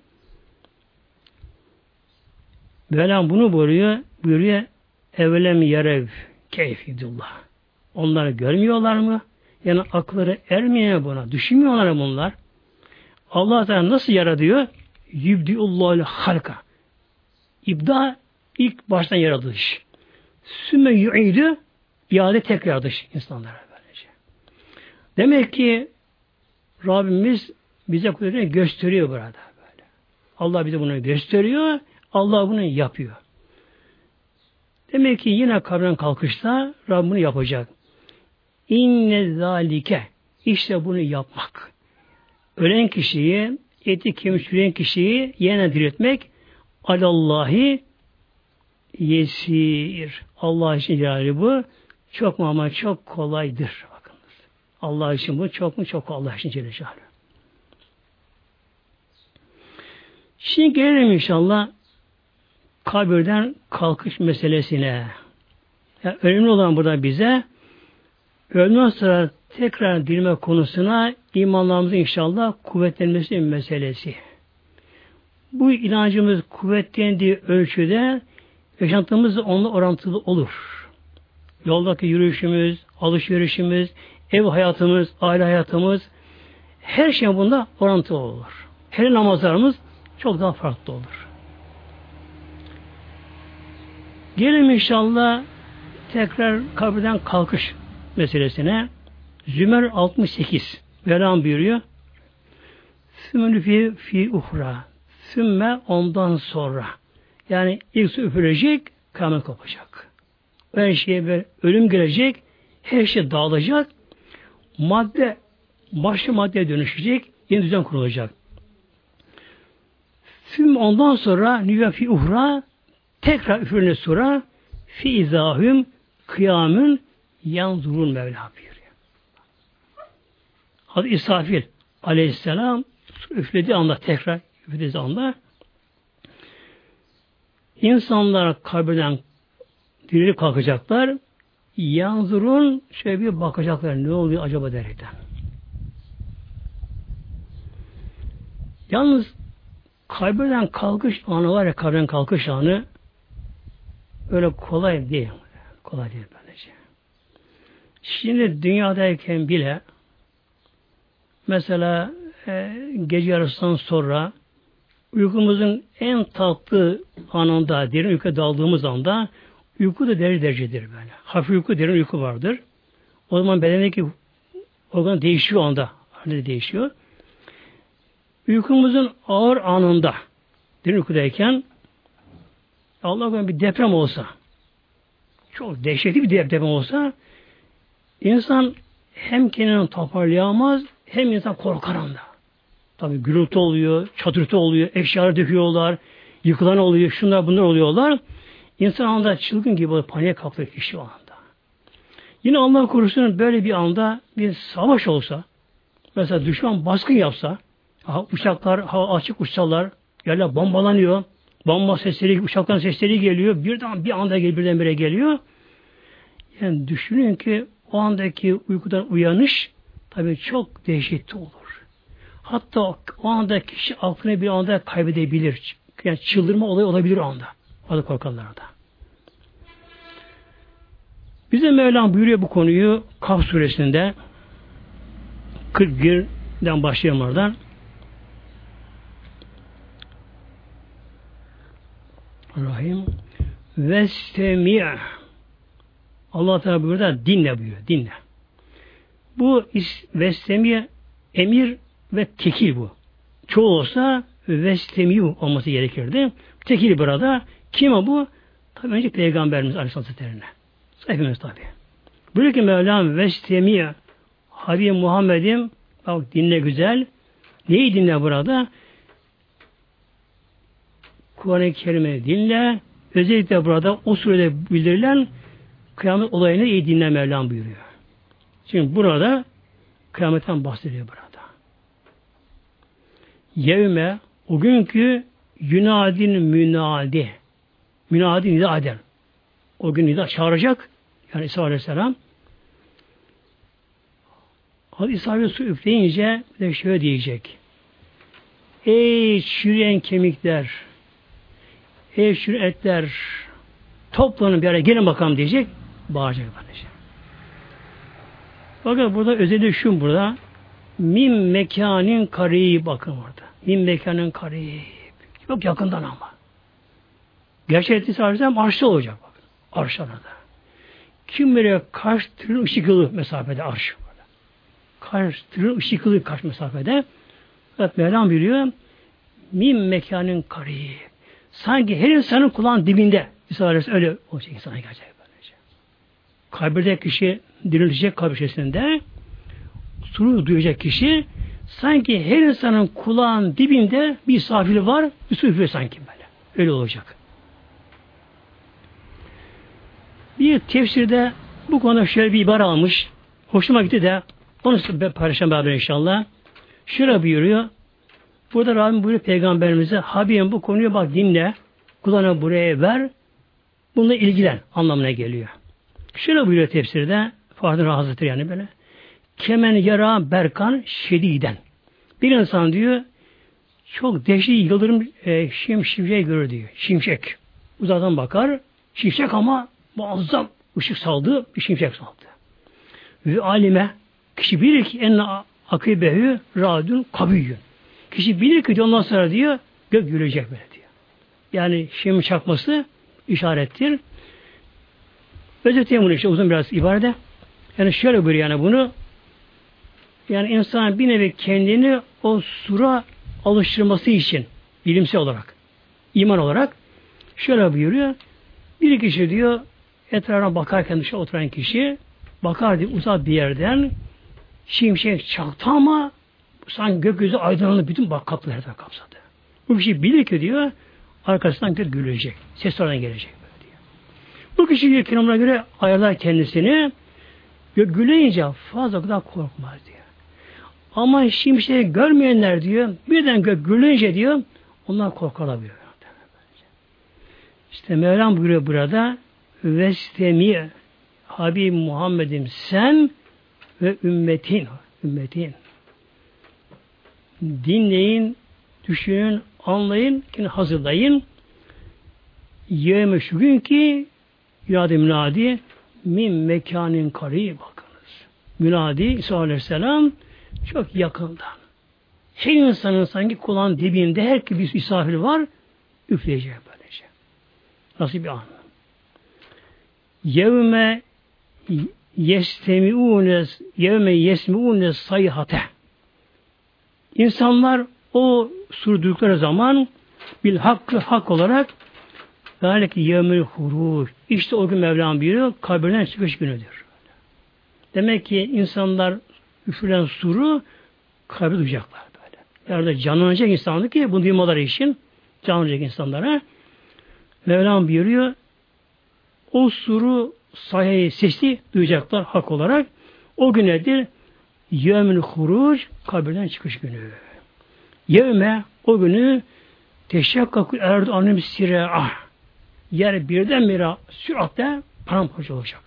Mevlam bunu buyuruyor, buyuruyor, evvelem yerev keyfidullah. Onları görmüyorlar mı? Yani akılları ermiyor buna. Düşünmüyorlar mı bunlar? Allah Teala nasıl yaratıyor? Yübdiullahül halka. İbda ilk baştan yaratılış. Sümme yu'idu iade tekrardır insanlara böylece. Demek ki Rabbimiz bize kudretini gösteriyor burada böyle. Allah bize bunu gösteriyor. Allah bunu yapıyor. Demek ki yine kabren kalkışta Rabbim bunu yapacak. İnne zalike, işte bunu yapmak. Ölen kişiyi, eti kemik çürüyen kişiyi yeniden diriltmek alallahi yesir. Allah için yani bu çok mu ama çok kolaydır. Bakınız. Allah için bu çok mu çok Allah için Celle Celaluhu. Şimdi gelelim inşallah kabirden kalkış meselesine. Yani önemli olan burada bize ölümden sonra tekrar dirilme konusuna imanlarımızın inşallah kuvvetlenmesi meselesi. Bu inancımız kuvvetlendiği ölçüde yaşantımız onunla orantılı olur. Yoldaki yürüyüşümüz, alışverişimiz, ev hayatımız, aile hayatımız her şey bunda orantılı olur. Her namazlarımız çok daha farklı olur. Gelelim inşallah tekrar kabirden kalkış meselesine. Zümer altmış sekiz Mevlam buyuruyor. Sümmünü fi, fi uhra. Sümme ondan sonra. Yani ilk su üfürecek, kıyamet kopacak. Her şeye bir ölüm gelecek, her şey dağılacak. Madde, başka maddeye dönüşecek, yeni düzen kurulacak. Sümme ondan sonra nüve fi uhra tekrar üfürüne sonra fi izahüm kıyamün yanzurun Mevla buyuruyor. Hazreti İsrafil aleyhisselam üflediği anda tekrar üflediği anda insanlar kabirden dirilip kalkacaklar. Yanzurun şöyle bir bakacaklar. Ne oluyor acaba derekten. Yalnız kabirden kalkış anı var ya, kabirden kalkış anı öyle kolay değil. Kolay değil böylece. Şimdi dünyadayken bile mesela e, gece yarısından sonra uykumuzun en tatlı anında, derin uykuya daldığımız anda uyku da derece derecedir böyle. Hafif uyku, derin uyku vardır. O zaman bedendeki organ değişiyor anda. Halde değişiyor. Uykumuzun ağır anında derin uykudayken Allah korusun bir deprem olsa, çok dehşetli bir deprem olsa insan hem kendini toparlayamaz hem insan korkar anda. Tabii gürültü oluyor, çatırtı oluyor, eşyalar döküyorlar, yıkılan oluyor, şunlar bunlar oluyorlar. İnsan anda çılgın gibi paniğe kapılır kişi o anda. Yine Allah korusun böyle bir anda bir savaş olsa, mesela düşman baskın yapsa, uçaklar hava açık uçsalar, yerler bombalanıyor, bomba sesleri, uçakların sesleri geliyor, birden bir anda birdenbire geliyor. Yani düşünün ki o andaki uykudan uyanış tabii çok dehşetli olur. Hatta o anda kişi aklını bir anda kaybedebilir. Yani çıldırma olayı olabilir o anda. Adı korkanlarda. Bize Mevlam buyuruyor bu konuyu Kaf suresinde kırk birden başlayalım oradan. Rahim Vestemi' Allah Teala buyuruyor, dinle buyuruyor, dinle. Bu Vestemi' emir ve tekil bu. Çoğu olsa Vestemi' olması gerekirdi. Tekil burada. Kim o bu? Tabii önce Peygamberimiz Aleyhisselatü Vesselam'ına. Hepimiz tabi. Buyuruyor ki Mevlam Vestemi' Habib Muhammed'im bak dinle güzel. Neyi dinle burada? Kur'an-ı Kerim'i dinle. Özellikle burada o surede bildirilen kıyamet olayını iyi dinle Mevlam buyuruyor. Şimdi burada kıyametten bahsediyor burada. Yevme o günkü yunadin münadi. Münadi nida eder. O gün nida çağıracak. Yani İsa Aleyhisselam. Hazreti İsa'ya su üfleyince de şöyle diyecek. Ey çürüyen kemikler, ey çürüyen etler, toplanın bir araya gelin bakalım diyecek. Bağıracak böylece. Bakın burada özellikle şu burada. Min mekanin karib bakın orada. Min mekanin karib. Çok yakından ama. Gerçekten sadece arşta olacak bakın. Arşlarda. Kim bilir kaç trilyon ışık yılı mesafede arş. Kaç trilyon ışık yılı kaç mesafede. Evet Mevlam biliyor. Min mekanin karib. Sanki her insanın kulağın dibinde. İsa Aleyhisselam öyle olacak insana gelecek böylece. Kabirde kişi dirilecek kabir içerisinde. Suru duyacak kişi sanki her insanın kulağın dibinde bir misafiri var, bir su üflüyor sanki böyle. Öyle olacak. Bir tefsirde bu konuda şöyle bir ibare almış. Hoşuma gitti de onu size paylaşacağım beraber inşallah. Şöyle buyuruyor. Burada Rabbim buyuruyor Peygamberimize Habibim bu konuyu bak dinle. Kulağına buraya ver. Bununla ilgilen anlamına geliyor. Şöyle buyuruyor tefsirde Fahri Hazretleri yani böyle. Kemen yara berkan şediden. Bir insan diyor çok dehşetli yıldırım e, şim şimşek görür diyor. Şimşek. Uzaktan bakar. Şimşek ama muazzam ışık saldı. Bir şimşek saldı. Ve alime kişi bilir ki enne akibehü radun kabiyyün. Kişi bilir ki ondan sonra diyor gök gülecek böyle diyor. Yani şimşek çakması işarettir. Özeteyim bunu işte uzun biraz ibarede. Yani şöyle buyuruyor yani bunu yani insan bir nevi kendini o sura alıştırması için bilimsel olarak, iman olarak şöyle buyuruyor. Bir kişi diyor etrafına bakarken dışarı oturan kişi bakar diyor uzak bir yerden şimşek çaktı ama sanki gökyüzü aydınlandı bütün bak kapıları da kapsadı. Bu kişi bilir ki diyor arkasından gök gülecek. Ses oradan gelecek böyle diyor. Bu kişi diyor kenara göre ayarlar kendisini gök güleyince fazla o kadar korkmaz diyor. Ama şimşeği görmeyenler diyor, birden gök gürleyince diyor, onlar korkarlar diyor. İşte Mevlam buyuruyor burada, Vestemi Habib Muhammed'im sen ve ümmetin, ümmetin. Dinleyin, düşünün, anlayın, ki hazırlayın. Yevme şu gün ki, yad-ı münadi, min mekanin kari bakınız. Münadi, İsa Aleyhisselam, çok yakından. Her insanın sanki kulağın dibinde her bir misafir var, üfleyecek böylece. Nasıl bir an? Yevme yestemi'une yevme yesmi'une sayhate. İnsanlar o surdukları zaman bil hakkı hak olarak belki yevmül huruc. İşte o gün Mevlam buyuruyor, kabirden çıkış günüdür. Demek ki insanlar üfürülen suru kabir duyacaklar böyle. Yani canlanacak insanlar ki bunu duymaları için canlanacak insanlara Mevlam buyuruyor o suru sahihi sesli duyacaklar hak olarak. O gün nedir? Yevmül huruc kabirden çıkış günü. Yevme o günü teşekkakul erdu anim sire'ah yer birdenbire süratle paramparça olacak.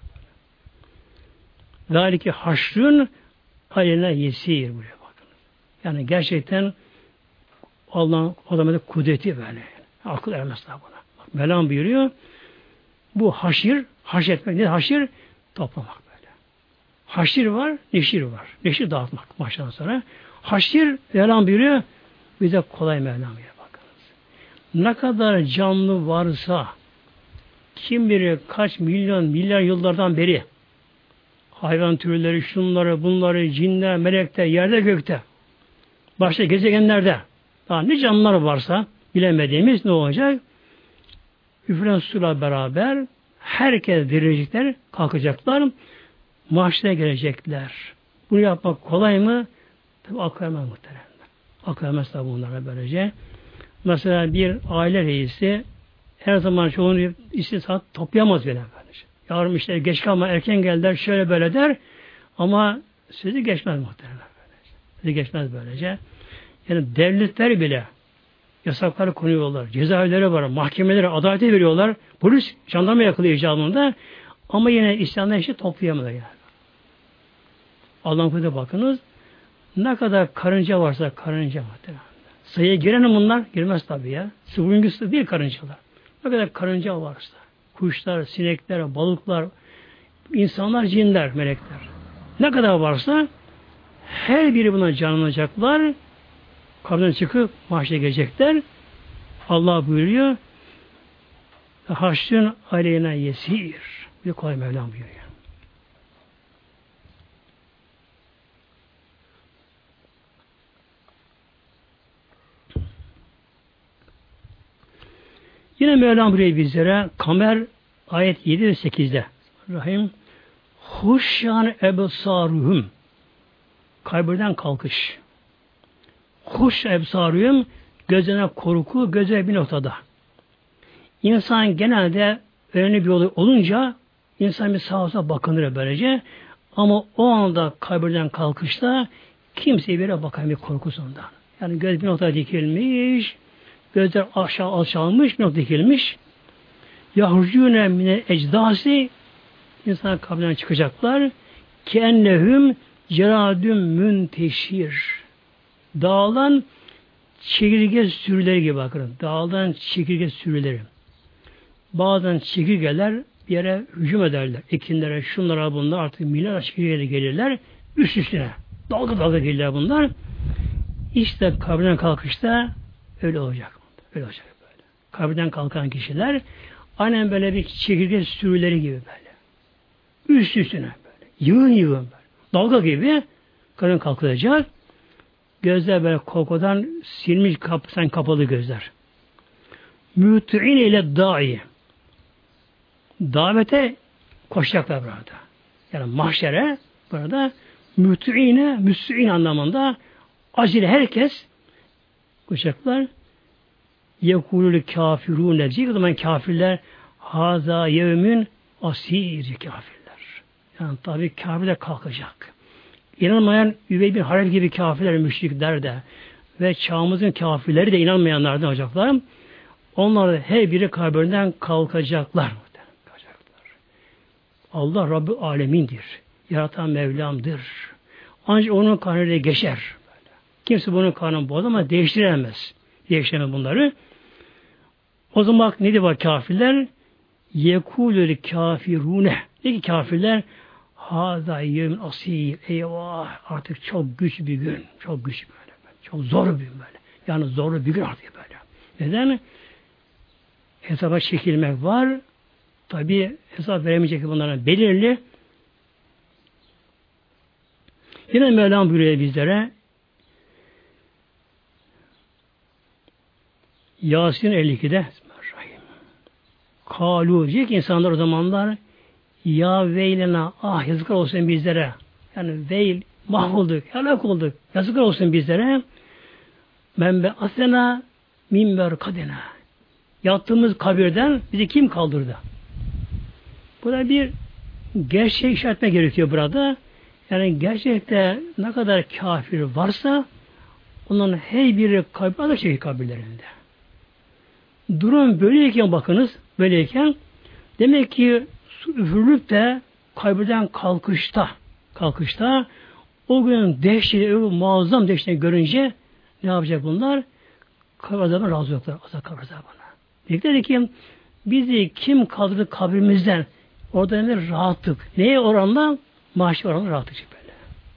Zalike haşrün haline yesir buraya bakın. Yani gerçekten Allah'ın adamın kudreti böyle. Akıl ermez daha buna. Bak, Mevlam buyuruyor. Bu haşir, haşretmek ne haşir? Toplamak böyle. Haşir var, neşir var. Neşir dağıtmak baştan sonra. Haşir, Mevlam buyuruyor. Bize kolay Mevlam buyuruyor bakınız. Ne kadar canlı varsa kim bilir kaç milyon, milyar yıllardan beri hayvan türleri, şunları, bunları, cinler, melekler, yerde gökte, başta gezegenlerde daha ne canlılar varsa bilemediğimiz ne olacak? Üfürülen suyla beraber herkes dirilecekler, kalkacaklar, mahşere gelecekler. Bunu yapmak kolay mı? Tabi akıl ermez muhteremler. Akıl ermez tabi bunlara böylece. Mesela bir aile reisi her zaman çoğunu istisat toplayamaz bile böylece. Yarın işte geç kalma erken geldiler şöyle böyle der ama sözü geçmez muhtemelen böylece. Sözü geçmez böylece. Yani devletler bile yasakları konuyorlar. Cezaevleri var, mahkemelere adalete veriyorlar. Polis, jandarma yakalıyor icabında. Ama yine İslam'dan işte toplayamadı yani. Allah'ın kudretine bakınız. Ne kadar karınca varsa karınca muhtemelen. Sayıya giren mi bunlar? Girmez tabii ya. Sıvıngısı değil karıncalar. Ne kadar karınca varsa. Kuşlar, sinekler, balıklar, insanlar, cinler, melekler. Ne kadar varsa her biri buna canlanacaklar. Kabrinden çıkıp mahşere gelecekler. Allah buyuruyor. Haşrın aleyna yesir. Bir kolay Mevlam buyuruyor. Yine Mevlam buyuruyor bizlere Kamer ayet yedi ve sekizde Rahim Huşyan ebsaruhum Kaybırdan kalkış. Huş ebsaruhum gözlerine korku, gözler bir noktada. İnsan genelde önemli bir olay olunca insan bir sağa sola bakınır böylece. Ama o anda kaybırdan kalkışta kimseye bir yere bakamıyor korkusundan. Yani göz bir noktada dikilmiş, gözler aşağı alçalmış, bir noktada dikilmiş. Yahrucune mine ecdasi insan kabrinden çıkacaklar. Ki ennehum ceradüm münteşir. Dağılan çekirge sürüleri gibi bakın. Dağılan çekirge sürüleri. Bazen çekirgeler bir yere hücum ederler. Ekinlere, şunlara, bunlar artık milyar çekirgeyle gelirler. Üst üstüne. Dalga dalga gelirler bunlar. İşte kabrinden kalkışta öyle olacak. Öyle olacak böyle. Kabrinden kalkan kişiler aynen böyle bir çekirge sürüleri gibi böyle. Üst üstüne böyle. Yığın yığın böyle. Dalga gibi kabrinden kalkılacak. Gözler böyle korkudan silmiş kap, sen kapalı gözler. Müt'in ile da'i. Davete koşacaklar burada. Yani mahşere burada müt'ine, müs'in anlamında acele herkes koşacaklar. Yekulül kafirun diyecek. O zaman kafirler haza yevmün asir kafirler. Yani tabi kafirler kalkacak. İnanmayan Üvey bin Halef gibi kafirler, müşrikler de ve çağımızın kafirleri de inanmayanlardan olacaklar. Onlar da her biri kabrinden kalkacaklar. kalkacaklar. Allah Rabbi alemindir. Yaratan Mevlam'dır. Ancak onun kanunuyla geçer. Böyle. Kimse bunun kanunu bozamaz, değiştiremez. Değiştiremez bunları. O zaman bak ne diyor bak kafirler? Yekulül kafirune. Ne ki kafirler? Hâzâ yevmin asîr. Eyvah! Artık çok güç bir gün. Çok güç böyle. Çok zor bir gün böyle. Yani zorlu bir gün artık böyle. Neden? Hesaba çekilmek var. Tabi hesap veremeyecek bunlara belirli. Yine Mevlam buyuruyor bizlere Yasin elli ikide Kalu diyecek insanlar o zamanlar ya veylena ah yazıklar olsun bizlere. Yani veyl mahvolduk, helak olduk. Yazıklar olsun bizlere. Men be asena minber kadena. Yattığımız kabirden bizi kim kaldırdı? Burada bir gerçek işaret etme gerekiyor burada. Yani gerçekte ne kadar kafir varsa onların her biri kabirde şey kabirlerinde. Durum böyleyken bakınız, böyleyken demek ki su üfürülüp de kabirden kalkışta, kalkışta o gün dehşeti, o muazzam dehşetini görünce ne yapacak bunlar? Kabir azabına razı yoklar. Azap kabir azabına. Dedi ki bizi kim kaldırdı kabrimizden? Orada ne rahatlık. Neye oranla? Maaşı oranla rahatlık böyle.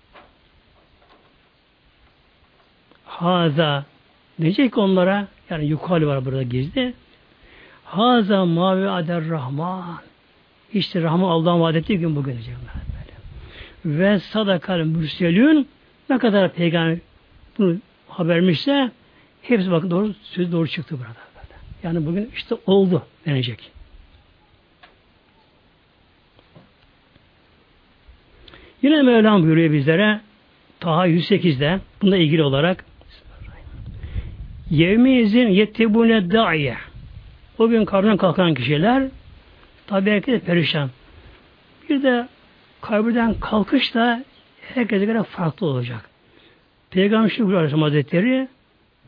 Haza diyecek ki onlara yani yukarı var burada gizli. Haza mavi ader rahman. İşte Rahman Allah'ın vaad ettiği gün bugün diyecekler böyle. Ve sadakal mürselün ne kadar peygamber bunu habermişse hepsi bakın doğru söz doğru çıktı burada. Böyle. Yani bugün işte oldu denecek. Yine Mevlam buyuruyor bizlere Taha yüz sekizde bununla ilgili olarak Yevmizin yettebune da'iye. O gün kabrinden kalkan kişiler tabi herkes perişan. Bir de kabirden kalkış da herkese göre farklı olacak. Peygamber Şükrü Aleyhisselam Hazretleri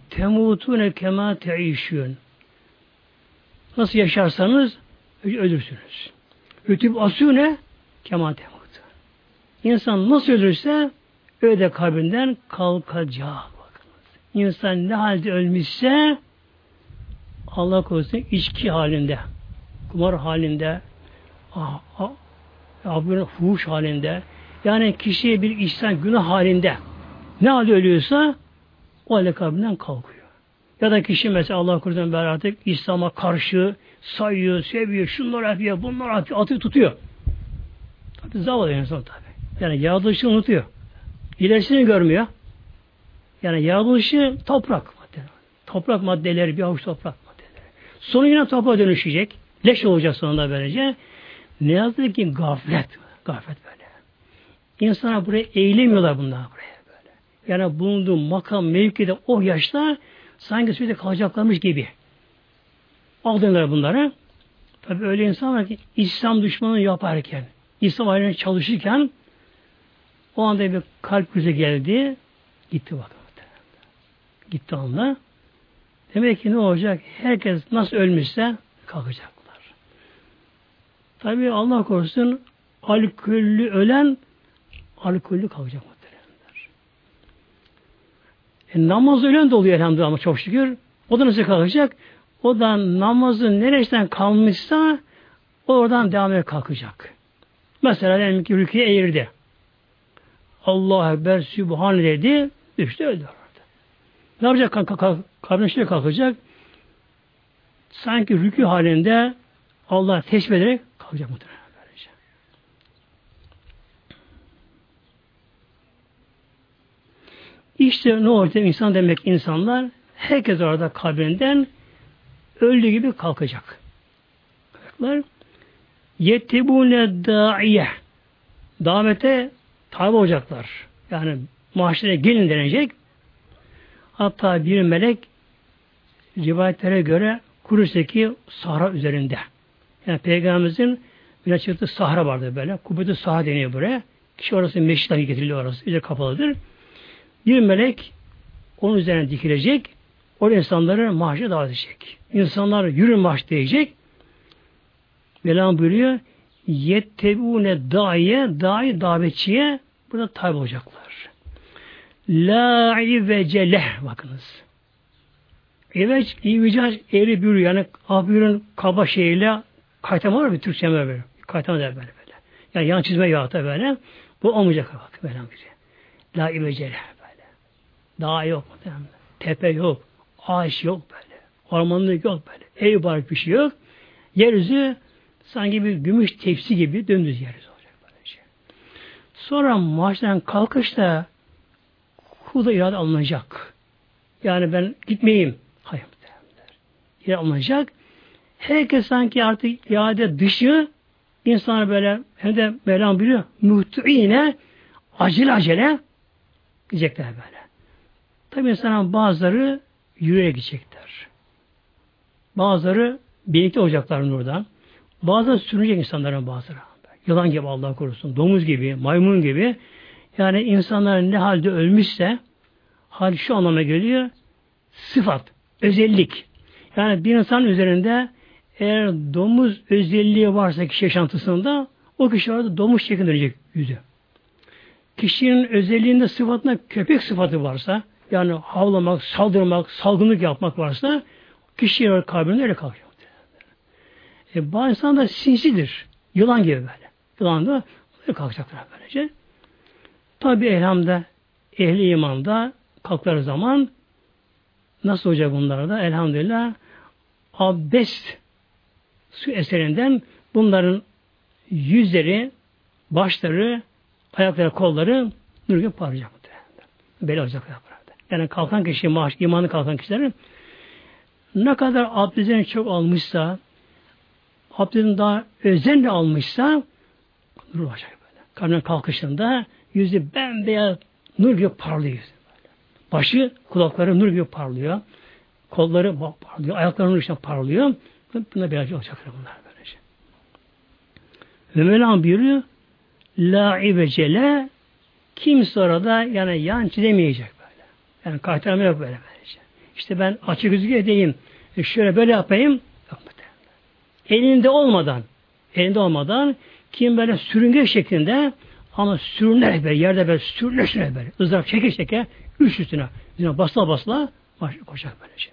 temutune kema teişün. Nasıl yaşarsanız ölürsünüz. Ütüb asune kema temut. İnsan nasıl ölürse öyle de kabrinden kalkacak. Bakınız. İnsan ne halde ölmüşse Allah korusun içki halinde, kumar halinde, ah, ah, ah, fuhuş halinde, yani kişiye bir ihsan günah halinde ne halde ölüyorsa o halde kabrinden kalkıyor. Ya da kişi mesela Allah korusun ben artık İslam'a karşı sayıyor, seviyor, şunları yapıyor, bunları atıyor, atıyor tutuyor. Tabi zavallı insan tabi. Yani yaratılışı unutuyor. İlerisini görmüyor. Yani yaratılışı toprak maddeleri. Toprak maddeleri, bir avuç toprak maddeleri. Sonu yine toprağa dönüşecek. Leş olacak sonunda böylece. Ne yazık ki gaflet. Gaflet böyle. İnsana buraya eğilemiyorlar bunlar buraya böyle. Yani bulunduğu makam, mevkide o yaşta sanki sürekli kalacaklarmış gibi. Aldırıyorlar bunları. Tabi öyle insan var ki İslam düşmanı yaparken, İslam ailesine çalışırken o anda bir kalp krizi geldi. Gitti bakalım. Gitti anda. Demek ki ne olacak? Herkes nasıl ölmüşse kalkacaklar. Tabi Allah korusun alkollü ölen alkollü kalkacak muhtemelenler. E, namaz ölen de oluyor elhamdülillah ama çok şükür. O da nasıl kalkacak? O da namazın neresinden kalmışsa oradan devam ederek kalkacak. Mesela diyelim ki rüküye eğirdi. Allahu Ekber Sübhan dedi. Düştü öldü orada. Ne yapacak? Kalk, kalk, kalk, kalkacak. Sanki rükû halinde Allah teşbih ederek kalkacak muhtemelen. Böylece. İşte ne olacak? İnsan demek insanlar herkes orada kabrinden öldüğü gibi kalkacak. Yettebûne dâiye davete tabi olacaklar. Yani mahşere gelin denecek. Hatta bir melek rivayetlere göre Kudüs'teki Sahra üzerinde. Yani Peygamberimizin bir çıktığı Sahra vardı böyle. Kubbet-i Sahra deniyor buraya. Kişi orası meşrit dahi getiriliyor orası. Üzeri kapalıdır. Bir melek onun üzerine dikilecek. O insanları mahşere davet edecek. İnsanlar yürün mahş diyecek. Mevlam buyuruyor. Yettebûne dâiye dâi davetçiye burada tabi olacaklar. La ivece leh bakınız. İveç, ivicaç eğri bürü yani abürün kaba şeyiyle kaytama var bir Türkçe böyle. Kaytama der böyle böyle. Yani yan çizme yahut da böyle. Bu olmayacak bak. Böyle la ivece leh böyle. Dağ yok. Tepe yok. Ağaç yok böyle. Ormanlık yok böyle. Ev bark bir şey yok. Yeryüzü sanki bir gümüş tepsi gibi dümdüz yeryüzü olacak böylece. Sonra maaştan kalkışta kulda irade alınacak. Yani ben gitmeyeyim. Hayır. İrade alınacak. Herkes sanki artık irade dışı insanlar böyle hem de Mevlam biliyor muhtuine acele acele gidecekler böyle. Tabi insanlar bazıları yürüyerek gidecekler. Bazıları birlikte olacaklar nurdan. Bazıları sürünecek insanların bazıları. Yılan gibi Allah korusun, domuz gibi, maymun gibi. Yani insanlar ne halde ölmüşse hal şu anlama geliyor. Sıfat, özellik. Yani bir insan üzerinde eğer domuz özelliği varsa kişi yaşantısında o kişi orada domuz şeklinde dönecek yüzü. Kişinin özelliğinde sıfatında köpek sıfatı varsa yani havlamak, saldırmak, salgınlık yapmak varsa kişi kabrinde öyle kalkıyor. E, bazı insanlar sinsidir. Yılan gibi böyle. Yılan da böyle kalkacaklar böylece. Tabi elhamda ehli imanda kalkları zaman nasıl olacak bunlar da? Elhamdülillah abdest su eserinden bunların yüzleri, başları, ayakları, kolları nur gibi parlayacak. Böyle olacaklar. Yani kalkan kişi, maaş, imanı kalkan kişilerin ne kadar abdestini çok almışsa, abdestini daha özenle almışsa nur olacak böyle. Kabrinden kalkışında yüzü bembeyaz nur gibi parlıyor. Başı, kulakları nur gibi parlıyor. Kolları parlıyor. Ayakları nur için parlıyor. Buna birazcık olacaklar bunlar böylece. Ve Mevlam buyuruyor la ibecele kimse orada yani yan çizemeyecek böyle. Yani kaytarma yok böyle böylece. işte ben açık yüzlü edeyim, e şöyle böyle yapayım. Yok mu? Elinde olmadan, elinde olmadan kim böyle sürünge şeklinde ama sürünerek böyle yerde böyle sürüne sürüne böyle ızdırap çeke çeke üst üstüne üstüne basla basla koşacak böyle şey.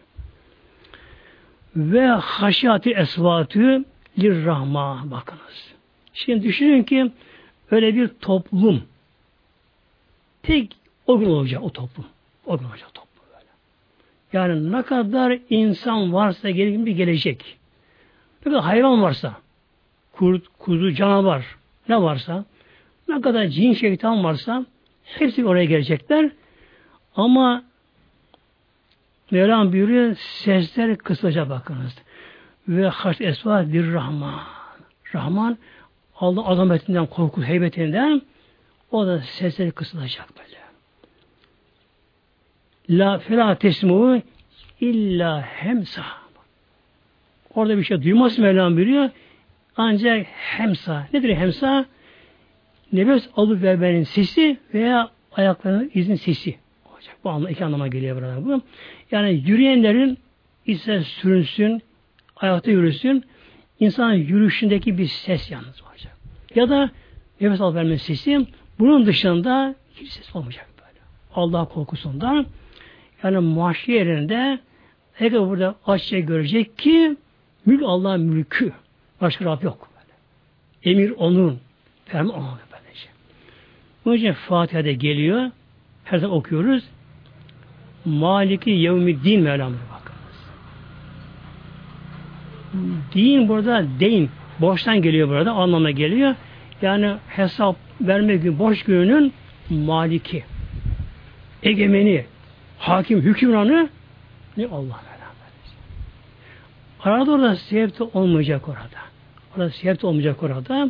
Ve haşyati esvatü lirrahma bakınız. Şimdi düşünün ki öyle bir toplum tek o gün olacak o toplum. O gün olacak toplum böyle. Yani ne kadar insan varsa gelin bir gelecek. Ne kadar hayvan varsa kurt, kuzu, canavar ne varsa ne kadar cin şeytan varsa hepsi oraya gelecekler. Ama Mevlam buyuruyor sesler kısılacak bakınız. Ve haş esvat bir Rahman. Rahman Allah azametinden, korku, heybetinden o da sesleri kısılacak böyle. La fela tesmu illa hemsa. Orada bir şey duymaz Mevlam buyuruyor. Ancak hemsa. Nedir hemsa? Nefes alıp vermenin sesi veya ayaklarının izin sesi olacak. Bu anlamda iki anlama geliyor burada bu. Yani yürüyenlerin ise sürünsün, ayakta yürüsün, insanın yürüyüşündeki bir ses yalnız olacak. Ya da nefes alıp vermenin sesi, bunun dışında hiç ses olmayacak böyle. Allah korkusundan. Yani mahşer yerinde eğer burada açça görecek ki mülk Allah'ın mülkü. Başka Rab yok. Böyle. Emir onun. Ferman onun. Böylece. Bunun için Fatiha'da geliyor. Her zaman okuyoruz. Maliki yevmiddin Mevlam'a bakınız. Din burada deyin. Boştan geliyor burada. Anlamına geliyor. Yani hesap verme gün, boş gününün maliki. Egemeni. Hakim, hükümranı ne Allah Mevlam. Arada orada sebep de olmayacak orada. Orada sebep de olmayacak orada.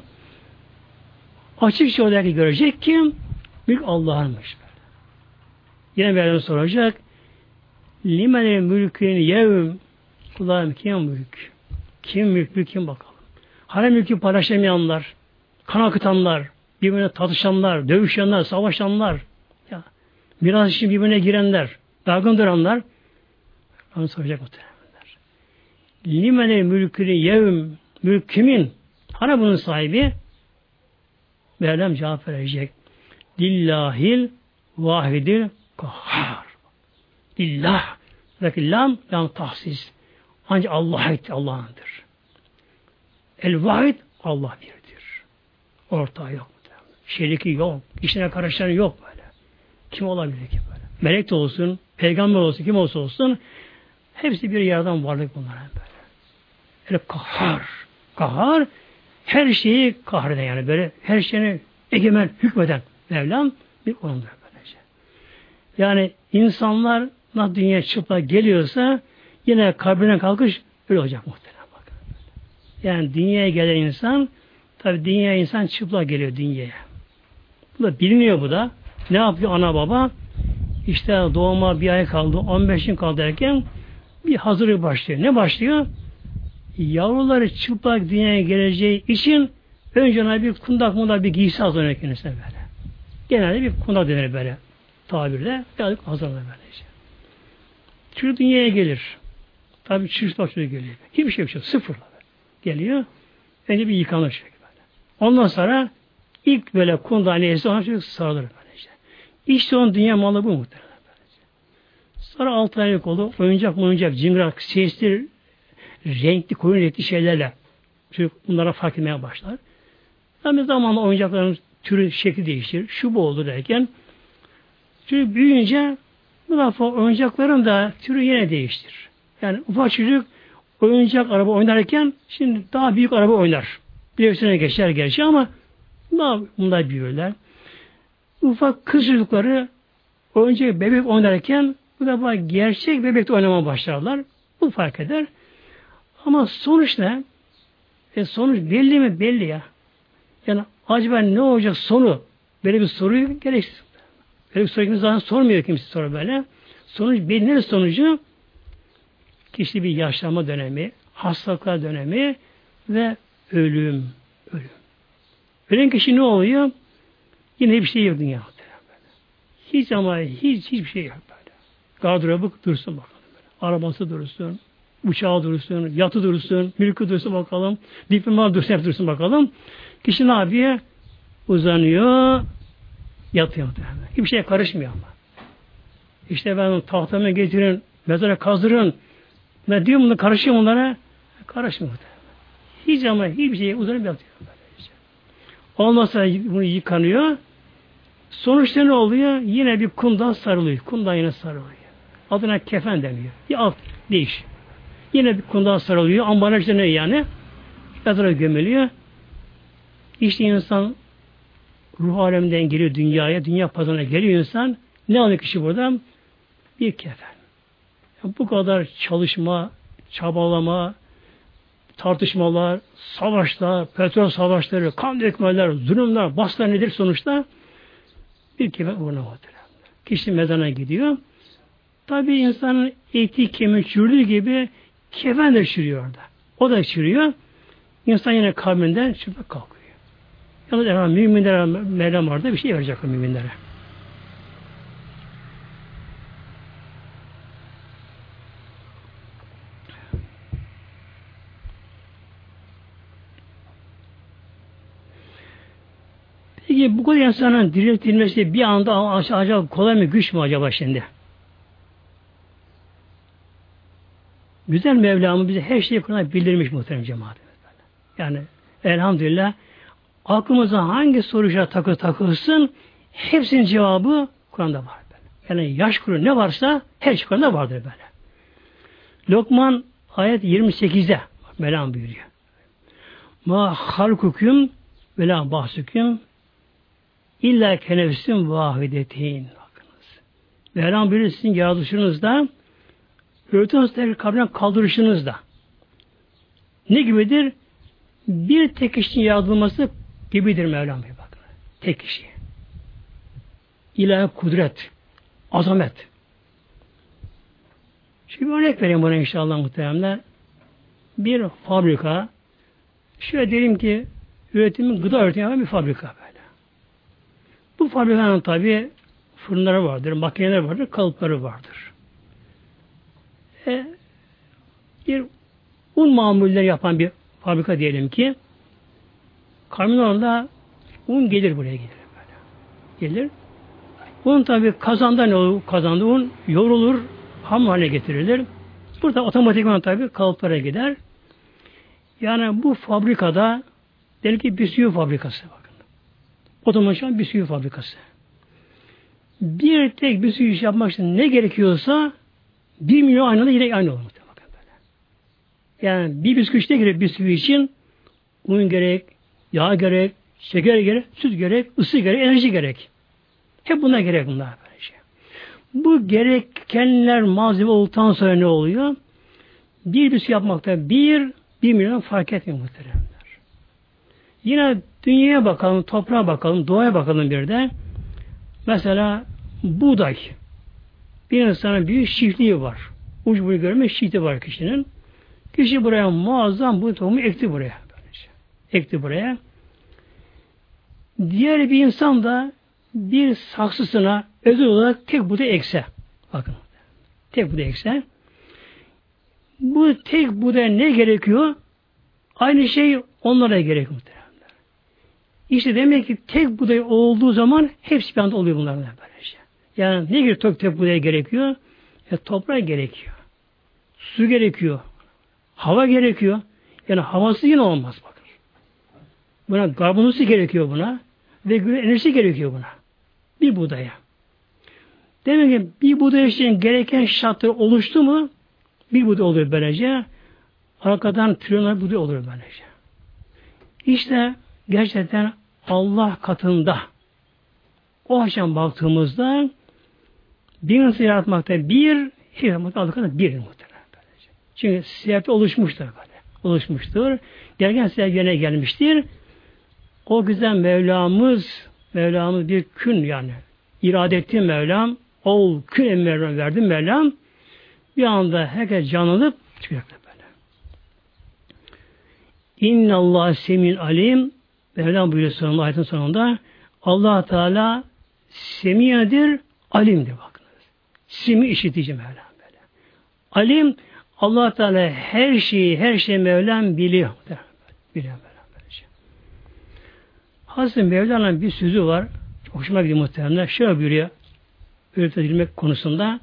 Açıkça olarak görecek ki mülk Allah'ınmış. Yine Mevlam soracak. Limen'in mülkün yevm kulağım kim mülk? Kim mülk? Mülk kim bakalım? Hani mülkü paylaşamayanlar, kan akıtanlar, birbirine tartışanlar, dövüşenler, savaşanlar, ya, miras için birbirine girenler, dargın duranlar onu soracak muhtemelen. Limen'in mülkünü yevm mülk kimin? Hani bunun sahibi? Mevlam cevap verecek. Lillahil vahidil kahhar. Lillah. Buradaki lam, lam tahsis. Ancak Allah'a ait Allah'ındır. El vahid Allah birdir. Ortağı yok. Şeriki yok. İşine karışan yok böyle. Kim olabilir ki böyle? Melek de olsun, peygamber olsun, kim olsa olsun hepsi bir yerden varlık bunlar böyle. Öyle kahhar. Kahhar her şeyi kahreden yani böyle her şeyini egemen hükmeden Mevlam bir onundur böylece. Yani insanlar nasıl dünyaya çıplak geliyorsa yine kabrine kalkış öyle olacak muhtemelen bakın. Yani dünyaya gelen insan tabi dünyaya insan çıplak geliyor dünyaya. Bu da biliniyor bu da. Ne yapıyor ana baba? İşte doğuma bir ay kaldı, on beş gün kaldı derken bir hazırlık başlıyor. Ne başlıyor? Yavruları çıplak dünyaya geleceği için önce ona bir kundak mundak bir giysi hazırlanıyor kendisine böyle. Genelde bir kundak denir böyle tabirle. Birazcık hazırlanıyor böylece. Çocuk dünyaya gelir. Tabii çıplak çocuk geliyor. Hiçbir şey yok. Sıfır geliyor. Önce bir yıkanır çocuk böyle. Ondan sonra ilk böyle kundağı neyse ona çocuk sarılır böylece. İşte onun dünya malı bu muhtemelen böylece. Sonra altı aylık oldu. Oyuncak oyuncak, cingrak, sesli, renkli, koyun renkli şeylerle çocuk bunlara fark etmeye başlar. Tabi zamanla oyuncakların türü, şekli değişir. Şu bu oldu derken çocuk büyüyünce bu defa oyuncakların da türü yine değiştir. Yani ufak çocuk oyuncak araba oynarken şimdi daha büyük araba oynar. Direksiyona geçer gerçi ama daha bunlar büyürler. Ufak kız çocukları oyuncak bebek oynarken bu defa gerçek bebekte oynamaya başlarlar. Bu fark eder. Ama sonuç ne? E sonuç belli mi? Belli ya. Yani acaba ne olacak sonu? Böyle bir soruyu gereksiz. Böyle bir soruyu zaten sormuyor kimse soru böyle. Sonuç belli. Ne sonucu? Kişi bir yaşlanma dönemi, hastalıklar dönemi ve ölüm. Ölüm. Ölen kişi ne oluyor? Yine hiçbir şey yok dünyada. Hiç ama hiç hiçbir şey yok böyle. Gardırobu dursun bakalım böyle. Arabası dursun, uçağı dursun, yatı dursun, mülkü dursun bakalım, diplomat dursun, hep dursun bakalım. Kişi ne yapıyor? Uzanıyor, yatıyor. Hiçbir şeye karışmıyor ama. İşte ben tahtamı getirin, mezara kazdırın. Ben diyorum bunu karışıyor onlara. Karışmıyor. Hiç ama hiçbir şeye uzanıp yatıyor. Olmazsa bunu yıkanıyor. Sonuçta ne oluyor? Yine bir kumdan sarılıyor. Kumdan yine sarılıyor. Adına kefen deniyor. Bir alt değiş. Yine bir kumdan sarılıyor. Ambalajda ne yani? Mezara gömülüyor. İşte insan ruh aleminden geliyor dünyaya. Dünya pazarına geliyor insan. Ne alıyor kişi buradan? Bir kefen. Yani bu kadar çalışma, çabalama, tartışmalar, savaşlar, petrol savaşları, kan dökmeler, zulümler, baskılar nedir sonuçta? Bir kefen uğruna vardır. Kişi mezana gidiyor. Tabi insanın eti kemik çürüdüğü gibi kefen de çürüyor orada. O da çürüyor. İnsan yine kabrinden çıkıp kalkıyor. Yalnız efendim müminlere Mevlam orada bir şey verecek o müminlere. Peki bu kadar insanın diriltilmesi bir anda acaba kolay mı güç mü acaba şimdi? Güzel Mevlamı bize her şeyi Kur'an'a bildirmiş muhterem cemaatimiz. Yani elhamdülillah aklımıza hangi soruya takı takılsın hepsinin cevabı Kur'an'da var. Böyle. Yani yaş kuru ne varsa her şey Kur'an'da vardır böyle. Lokman ayet yirmi sekizde Mevlam buyuruyor. Ma halkukum ve la bahsüküm illa kenefsin vahidetin. Bakınız. Mevlam buyuruyor sizin yaratılışınızda örtünüz tekrar kabrinden kaldırışınızda. Ne gibidir? Bir tek kişinin yaratılması gibidir Mevlam Bey bakın. Tek kişi. İlahi kudret, azamet. Şimdi bir örnek vereyim buna inşallah muhteremler. Bir fabrika, şöyle diyelim ki üretimi, gıda üretimi yapan bir fabrika böyle. Bu fabrikanın tabi fırınları vardır, makineler vardır, kalıpları vardır. E, bir un mamulleri yapan bir fabrika diyelim ki kamyonlarla un gelir buraya gelir böyle. Gelir. Un tabi kazanda ne olur? Kazanda un yoğrulur, ham haline getirilir. Burada otomatikman tabi kalıplara gider. Yani bu fabrikada diyelim ki bisküvi fabrikası bakın. Otomatikman bisküvi fabrikası. Bir tek bisküvi iş yapmak için ne gerekiyorsa bir milyon aynı da yine aynı olur. Bakın böyle. Yani bir bisküvi işte gerek bisküvi için un gerek, yağ gerek, şeker gerek, süt gerek, ısı gerek, enerji gerek. Hep buna gerek bunlar böyle şey. Bu gerekenler malzeme olduktan sonra ne oluyor? Bir bisküvi yapmakta bir, bir milyon fark etmiyor muhteremler. Yine dünyaya bakalım, toprağa bakalım, doğaya bakalım bir de. Mesela buğday. Bir insanın büyük çiftliği var. Uç buyu görme çiftliği var kişinin. Kişi buraya muazzam bu tohumu ekti buraya. Böylece. Ekti buraya. Diğer bir insan da bir saksısına özel olarak tek buğday ekse. Bakın. Tek buğday ekse. Bu tek buğday ne gerekiyor? Aynı şey onlara gerekiyor. İşte demek ki tek buğday olduğu zaman hepsi bir anda oluyor bunların böylece. Yani ne gibi tek tek buğday gerekiyor? E, toprak gerekiyor. Su gerekiyor. Hava gerekiyor. Yani havası yine olmaz bakın. Buna karbondioksit gerekiyor buna. Ve enerji gerekiyor buna. Bir buğdaya. Demek ki bir buğday için gereken şartlar oluştu mu bir buğday oluyor böylece. Arkadan trilyonlar buğday oluyor böylece. İşte gerçekten Allah katında o açıdan baktığımızda bir insan yaratmakta bir, her yaratmakta Allah katında bir muhtemelen. Çünkü sebepte oluşmuştur böyle. Oluşmuştur. Gergen sebep yerine gelmiştir. O güzel Mevlamız, Mevlamız bir kün yani. İrade etti Mevlam. Ol kün emri verdi Mevlam. Bir anda herkes canlanıp çıkacaklar böyle. İnnallâh semin alim. Mevlam buyuruyor sonunda, ayetin sonunda. Allah Teala semiyedir, alimdir bakınız. Simi işitici Mevlam böyle. Alim, Allah Teala her şeyi, her şeyi Mevlam biliyor. Biliyor Mevlam. Hazreti Mevlana'nın bir sözü var. Çok hoşuma gidiyor muhtemelen. Şöyle buyuruyor. Öğretilmek konusunda.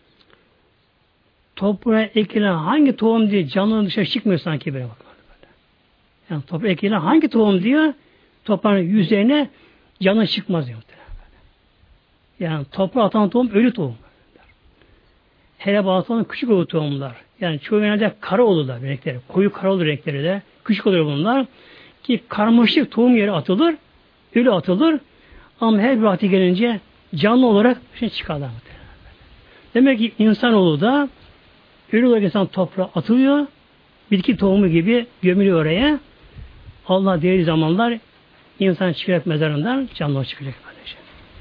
Toprağa ekilen hangi tohum diye canlının dışarı çıkmıyor sanki böyle bak. Yani toprağa ekilen hangi tohum diyor toprağın yüzeyine canlı çıkmaz diyor. Yani toprağa atan tohum ölü tohum. Hele bağlatılan küçük olur tohumlar. Yani çoğu genelde kara olurlar renkleri. Koyu kara olur renkleri de. Küçük olur bunlar. Ki karmaşık tohum yeri atılır. Ölü atılır. Ama her bir vakti gelince canlı olarak şey çıkarlar. Demek ki insanoğlu da ölü olarak insan toprağa atılıyor. Bitki tohumu gibi gömülüyor oraya. Allah değerli zamanlar insan çıkacak mezarından canlı çıkacak. Böylece.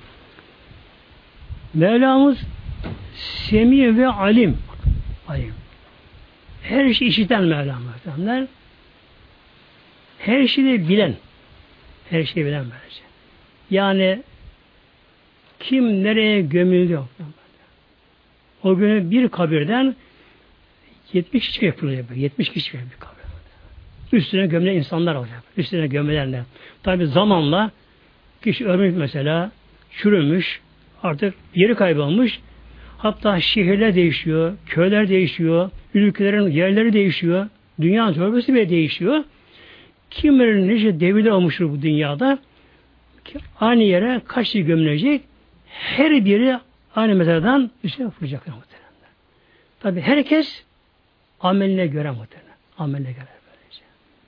Mevlamız Semi ve Alim. Alim. Her şeyi işiten Mevlamız. Her şeyi bilen. Her şeyi bilen böylece. Yani kim nereye gömüldü? O günü bir kabirden yetmiş kişi yapılıyor. yetmiş kişi bir kabir. Üstüne gömülen insanlar olacak. Üstüne gömülenler. Tabi zamanla kişi ölmüş mesela, çürümüş, artık yeri kaybolmuş. Hatta şehirler değişiyor, köyler değişiyor, ülkelerin yerleri değişiyor, dünyanın coğrafyası bile değişiyor. Kimlerin nice devirler olmuştur bu dünyada. Aynı yere kaç kişi gömülecek? Her biri aynı mezardan üstüne yapılacak. Tabi herkes ameline göre muhtemelen. Ameline göre böylece.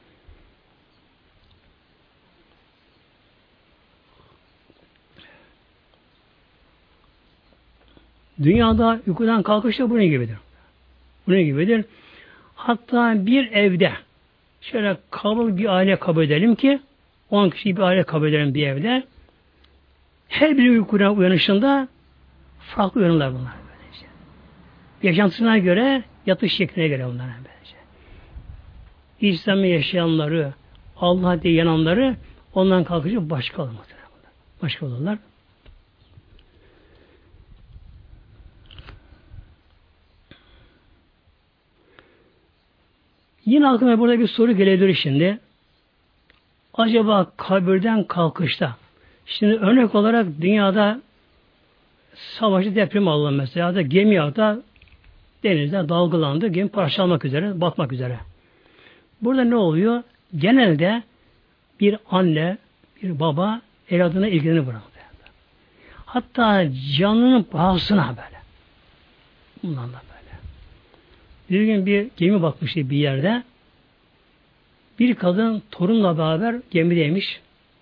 Dünyada uykudan kalkış da bunun gibidir. Bunun gibidir. Hatta bir evde şöyle kalabalık bir aile kabul edelim ki on kişi bir aile kabul edelim bir evde. Her biri uykudan uyanışında farklı uyanırlar bunlar böylece. Yaşantısına göre, yatış şekline göre bunlar böylece. İslam'ı yaşayanları, Allah diye yananları ondan kalkıcı başka olur. Başka olurlar. Yine aklıma burada bir soru gelebilir şimdi. Acaba kabirden kalkışta, şimdi örnek olarak dünyada savaşı deprem alalım mesela da gemi yağda denizde dalgalandı, gemi parçalanmak üzere, batmak üzere. Burada ne oluyor? Genelde bir anne, bir baba evladına ilgilenir bırakıyor. Hatta canının pahasına böyle. Bundan da böyle. Bir gün bir gemi batmıştı bir yerde. Bir kadın torunla beraber gemideymiş.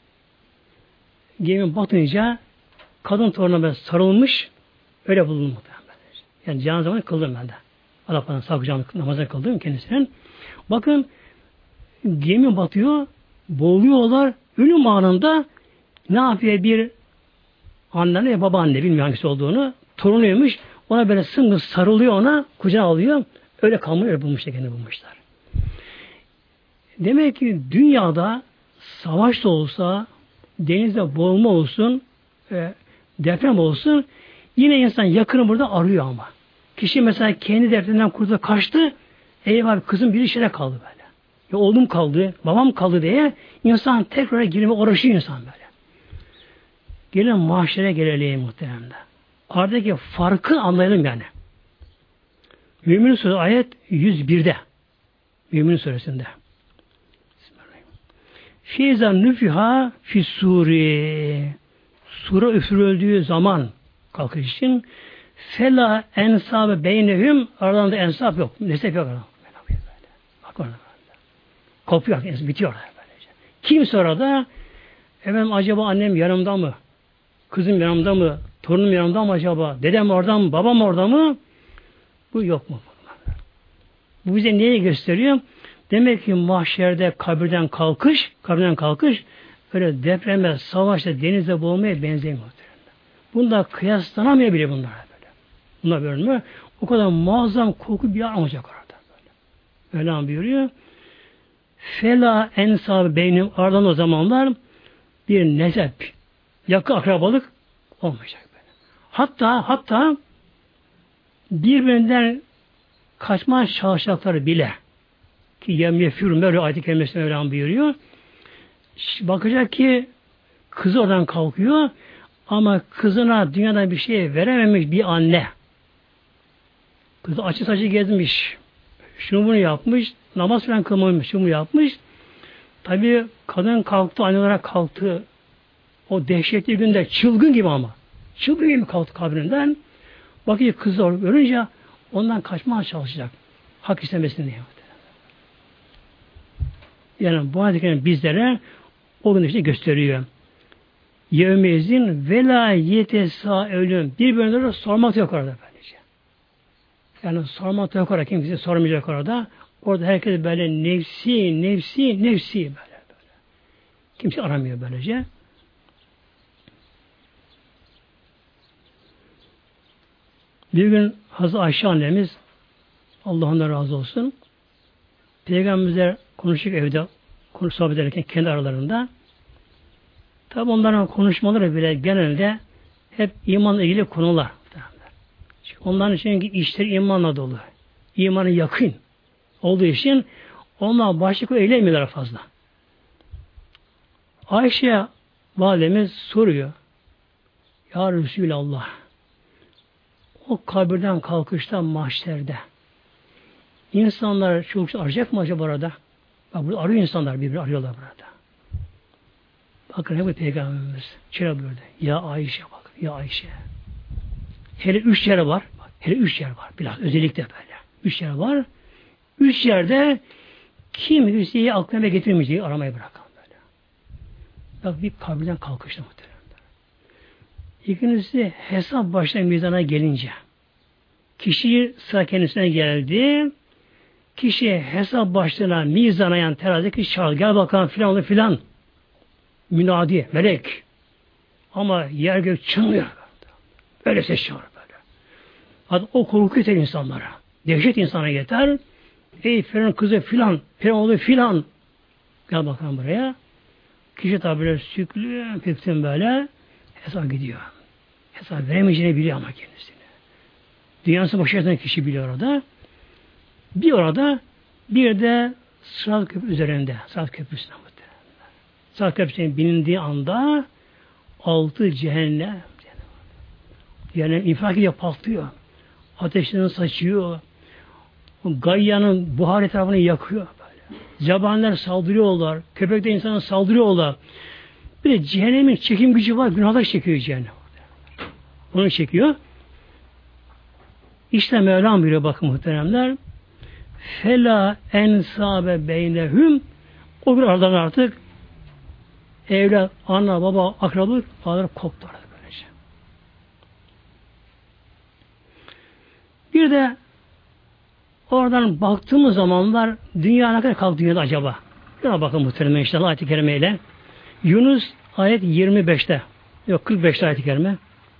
Gemi batınca kadın torununa böyle sarılmış, öyle bulundu. Yani cenaze zamanı kıldım ben de. Allah'tan saklayacağım namazını kıldım kendisinin. Bakın gemi batıyor, boğuluyorlar. Ölüm anında ne yapıyor bir anne ya babaanne bilmiyor hangisi olduğunu. Torunuymuş. Ona böyle sımsıkı sarılıyor ona, kucağına alıyor. Öyle kalmayı öyle bulmuşlar, kendini bulmuşlar. Demek ki dünyada savaş da olsa, denizde boğulma olsun, e, deprem olsun, yine insan yakını burada arıyor ama. Kişi mesela kendi derdinden kurtuldu, kaçtı, eyvah kızım bir işine kaldı böyle. Ya oğlum kaldı, babam kaldı diye insan tekrar girme uğraşıyor insan böyle. Gelin mahşere gelelim muhteremde. Aradaki farkı anlayalım yani. Mümin Suresi ayet yüz bir'de. Mümin Suresi'nde. Fîzâ nüfiha fissûri. Sura üfürüldüğü zaman kalkış için fela ensâbe beynehum aralarında ensâb yok. Nesep yok. Bak orada. Kopuyor. Bitiyor. Böylece. Kimse orada efendim acaba annem yanımda mı? Kızım yanımda mı? Torunum yanımda mı acaba? Dedem orada mı? Babam orada mı? Bu yok mu? Bu bize neyi gösteriyor? Demek ki mahşerde kabirden kalkış, kabirden kalkış öyle depreme, savaşta, denizde boğulmaya benzemiyor. Bunda kıyaslanamayabilir bunlar böyle. Bunlar böyle mi? O kadar muazzam koku bir yer olacak orada böyle. Öyle buyuruyor. Fela ensab beynim aradan o zamanlar bir nezep, yakın akrabalık olmayacak böyle. Hatta hatta birbirinden kaçmaya çalışacakları bile ki yemyefürüm böyle ayet-i kerimesine Mevlam buyuruyor. Bakacak ki kızı oradan kalkıyor ama kızına dünyada bir şey verememiş bir anne. Kızı açı saçı gezmiş. Şunu bunu yapmış. Namaz falan kılmamış. Şunu yapmış. Tabii kadın kalktı. Anne olarak kalktı. O dehşetli günde çılgın gibi ama. Çılgın gibi kalktı kabrinden. Bakıyor kızı görünce ondan kaçmaya çalışacak. Hak istemesini diye. Yani bu hadis bizlere o gün işte gösteriyor. Yevmezin velayete saölüm. Bir bölümde sormak yok orada böylece. Yani sormak yok orada. Kimse sormayacak orada. Orada herkes böyle nefsi, nefsi, nefsi böyle böyle. Kimse aramıyor böylece. Bir gün Hazreti Ayşe annemiz Allah ondan razı olsun. Peygamberler konuşuyor evde konuş sohbet ederken kendi aralarında. Tabi onların konuşmaları bile genelde hep imanla ilgili konular. Çünkü onların için işleri imanla dolu. İmanı yakın olduğu için onlar başlık eylemiyorlar fazla. Ayşe validemiz soruyor. Ya Resulallah, o kabirden kalkışta mahşerde insanlar çok arayacak mı acaba orada? Bak burada arıyor insanlar, birbirini arıyorlar burada. Bakın hep Peygamberimiz şöyle buyurdu. Ya Ayşe bak, ya Ayşe. Hele üç yer var. Bak, hele üç yer var. Biraz özellikle böyle. Üç yer var. Üç yerde kim Hüseyin'i aklına getirmeyeceği aramayı bırakan böyle. Bak bir kabirden kalkıştı muhtemelen. İkincisi hesap başına mizana gelince kişi sıra kendisine geldi. Kişi hesap başlığına mizana yan terazi kişi çağır. Gel bakalım filan filan. Münadi, melek. Ama yer gök çınlıyor. Öyle ses çağırır böyle. Hatta o korku yeter insanlara. Dehşet insana yeter. Ey filan kızı filan, filan oğlu filan. Gel bakalım buraya. Kişi tabi böyle süklü, püktün böyle hesap gidiyor. Hesap veremeyeceğini biliyor ama kendisini. Dünyası başı yatan kişi biliyor orada. Bir orada, bir de Sırat Köprü üzerinde. Sırat Köprüsü'ne muhtemelen. Sırat Köprüsü'ne binindiği anda altı cehennem. Yani infilak ediyor, patlıyor. Ateşlerini saçıyor. O Gayya'nın buhar etrafını yakıyor böyle. Zebaniler saldırıyorlar. Köpekler insana saldırıyorlar. Bir de cehennemin çekim gücü var. Günahlar çekiyor cehennem. Onu çekiyor. İşte Mevlam buyuruyor bakın muhteremler. Fela ensabe beynehum. O gün aradan artık evlat, ana, baba, akrabalık ağır koptu böylece. Bir de oradan baktığımız zamanlar dünya ne kadar kaldı dünyada acaba? Buna bakın muhteremler inşallah ayet-i kerimeyle. Yunus ayet yirmi beşte. Yok kırk beşte ayet-i kerime.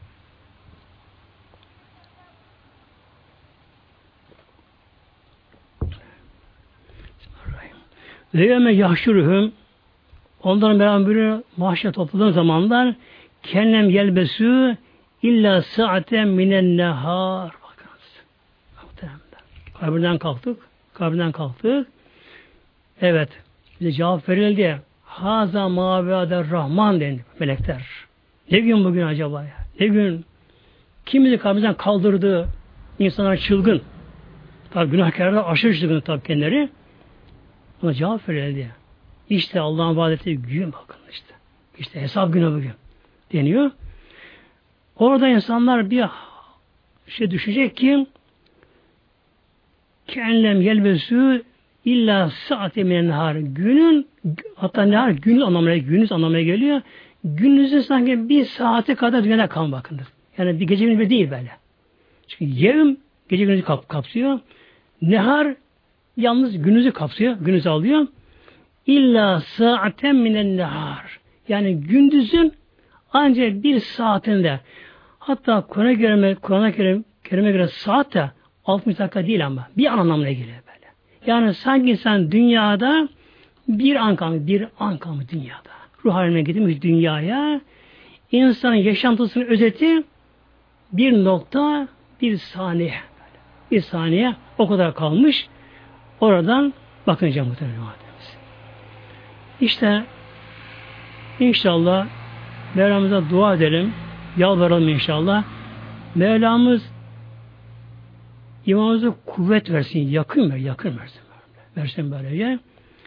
Ve yeme yahşuruhum onların beraber mahşer topladığın zamanlar kennem yelbesü illa saaten minen nehar. Bakınız. Kabirden kalktık. Kabirden kalktık. Evet. Bize cevap verildi. Haza mâveader rahman dendi melekler. Ne gün bugün acaba ya? Ne gün? Kim bizi kabirden kaldırdı? İnsanlar çılgın. Tabi günahkarlar aşırı çılgın tabi kendileri. Ona cevap verildi. İşte Allah'ın vaad ettiği gün bakın işte. İşte hesap günü bugün deniyor. Orada insanlar bir şey düşecek ki kenlem yelbesü illa saat eminen nehar. Günün hatta nehar gün anlamına gündüz anlamına geliyor. Gündüzün sanki bir saate kadar dünyada kalın bakınız. Yani bir gece gündüz değil böyle. Çünkü yevm gece gündüzü kap, kapsıyor. Nehar yalnız günüzü kapsıyor, günüzü alıyor. İlla saaten minen nehar. Yani gündüzün ancak bir saatinde. Hatta Kur'an'a göre, Kur'an'a göre, Kerim'e göre saat de altmış dakika değil ama bir an anlamına geliyor böyle. Yani sanki sen dünyada bir an kalmış, bir an kalmış dünyada. Ruh haline gitmiş dünyaya. İnsanın yaşantısının özeti bir nokta, bir saniye. Bir saniye o kadar kalmış. Oradan bakınca muhtemelen. İşte inşallah Mevlamıza dua edelim. Yalvaralım inşallah. Mevlamız imanımıza kuvvet versin. Yakın ver, yakın versin. Versin böylece.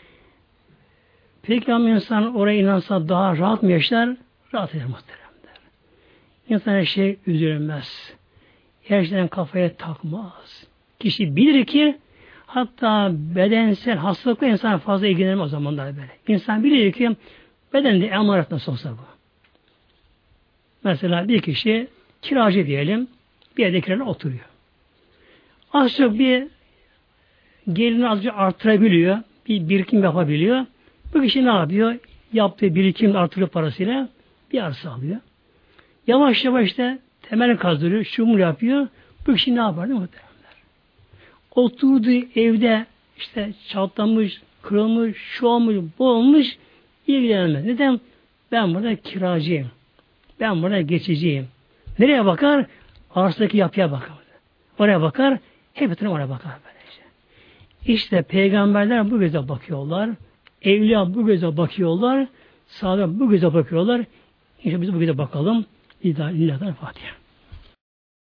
Peki ama insan oraya inansa daha rahat mı yaşar? Rahat eder muhteremler. İnsan her şey üzülmez. Her şeyden kafaya takmaz. Kişi bilir ki hatta bedensel hastalıkla insan fazla ilgilenir o zamanlar böyle. İnsan bilir ki bedende emaret nasıl olsa bu. Mesela bir kişi kiracı diyelim bir yerde kirada oturuyor. Az çok bir gelirini azıcık artırabiliyor. Bir birikim yapabiliyor. Bu kişi ne yapıyor? Yaptığı birikim artırıyor parasıyla bir arsa alıyor. Yavaş yavaş da temel kazdırıyor. Şumul yapıyor. Bu kişi ne yapar değil mi? Oturduğu evde işte çatlamış, kırılmış, şu olmuş, bu olmuş ilgilenmez. Neden? Ben burada kiracıyım. Ben burada geçiciyim. Nereye bakar? Arsadaki yapıya bakar. Oraya bakar. Hepsine oraya bakar. Böylece. İşte peygamberler bu göze bakıyorlar. Evliya bu göze bakıyorlar. Sahabe bu göze bakıyorlar. İşte biz bu göze bakalım. İlla, illa Fatiha.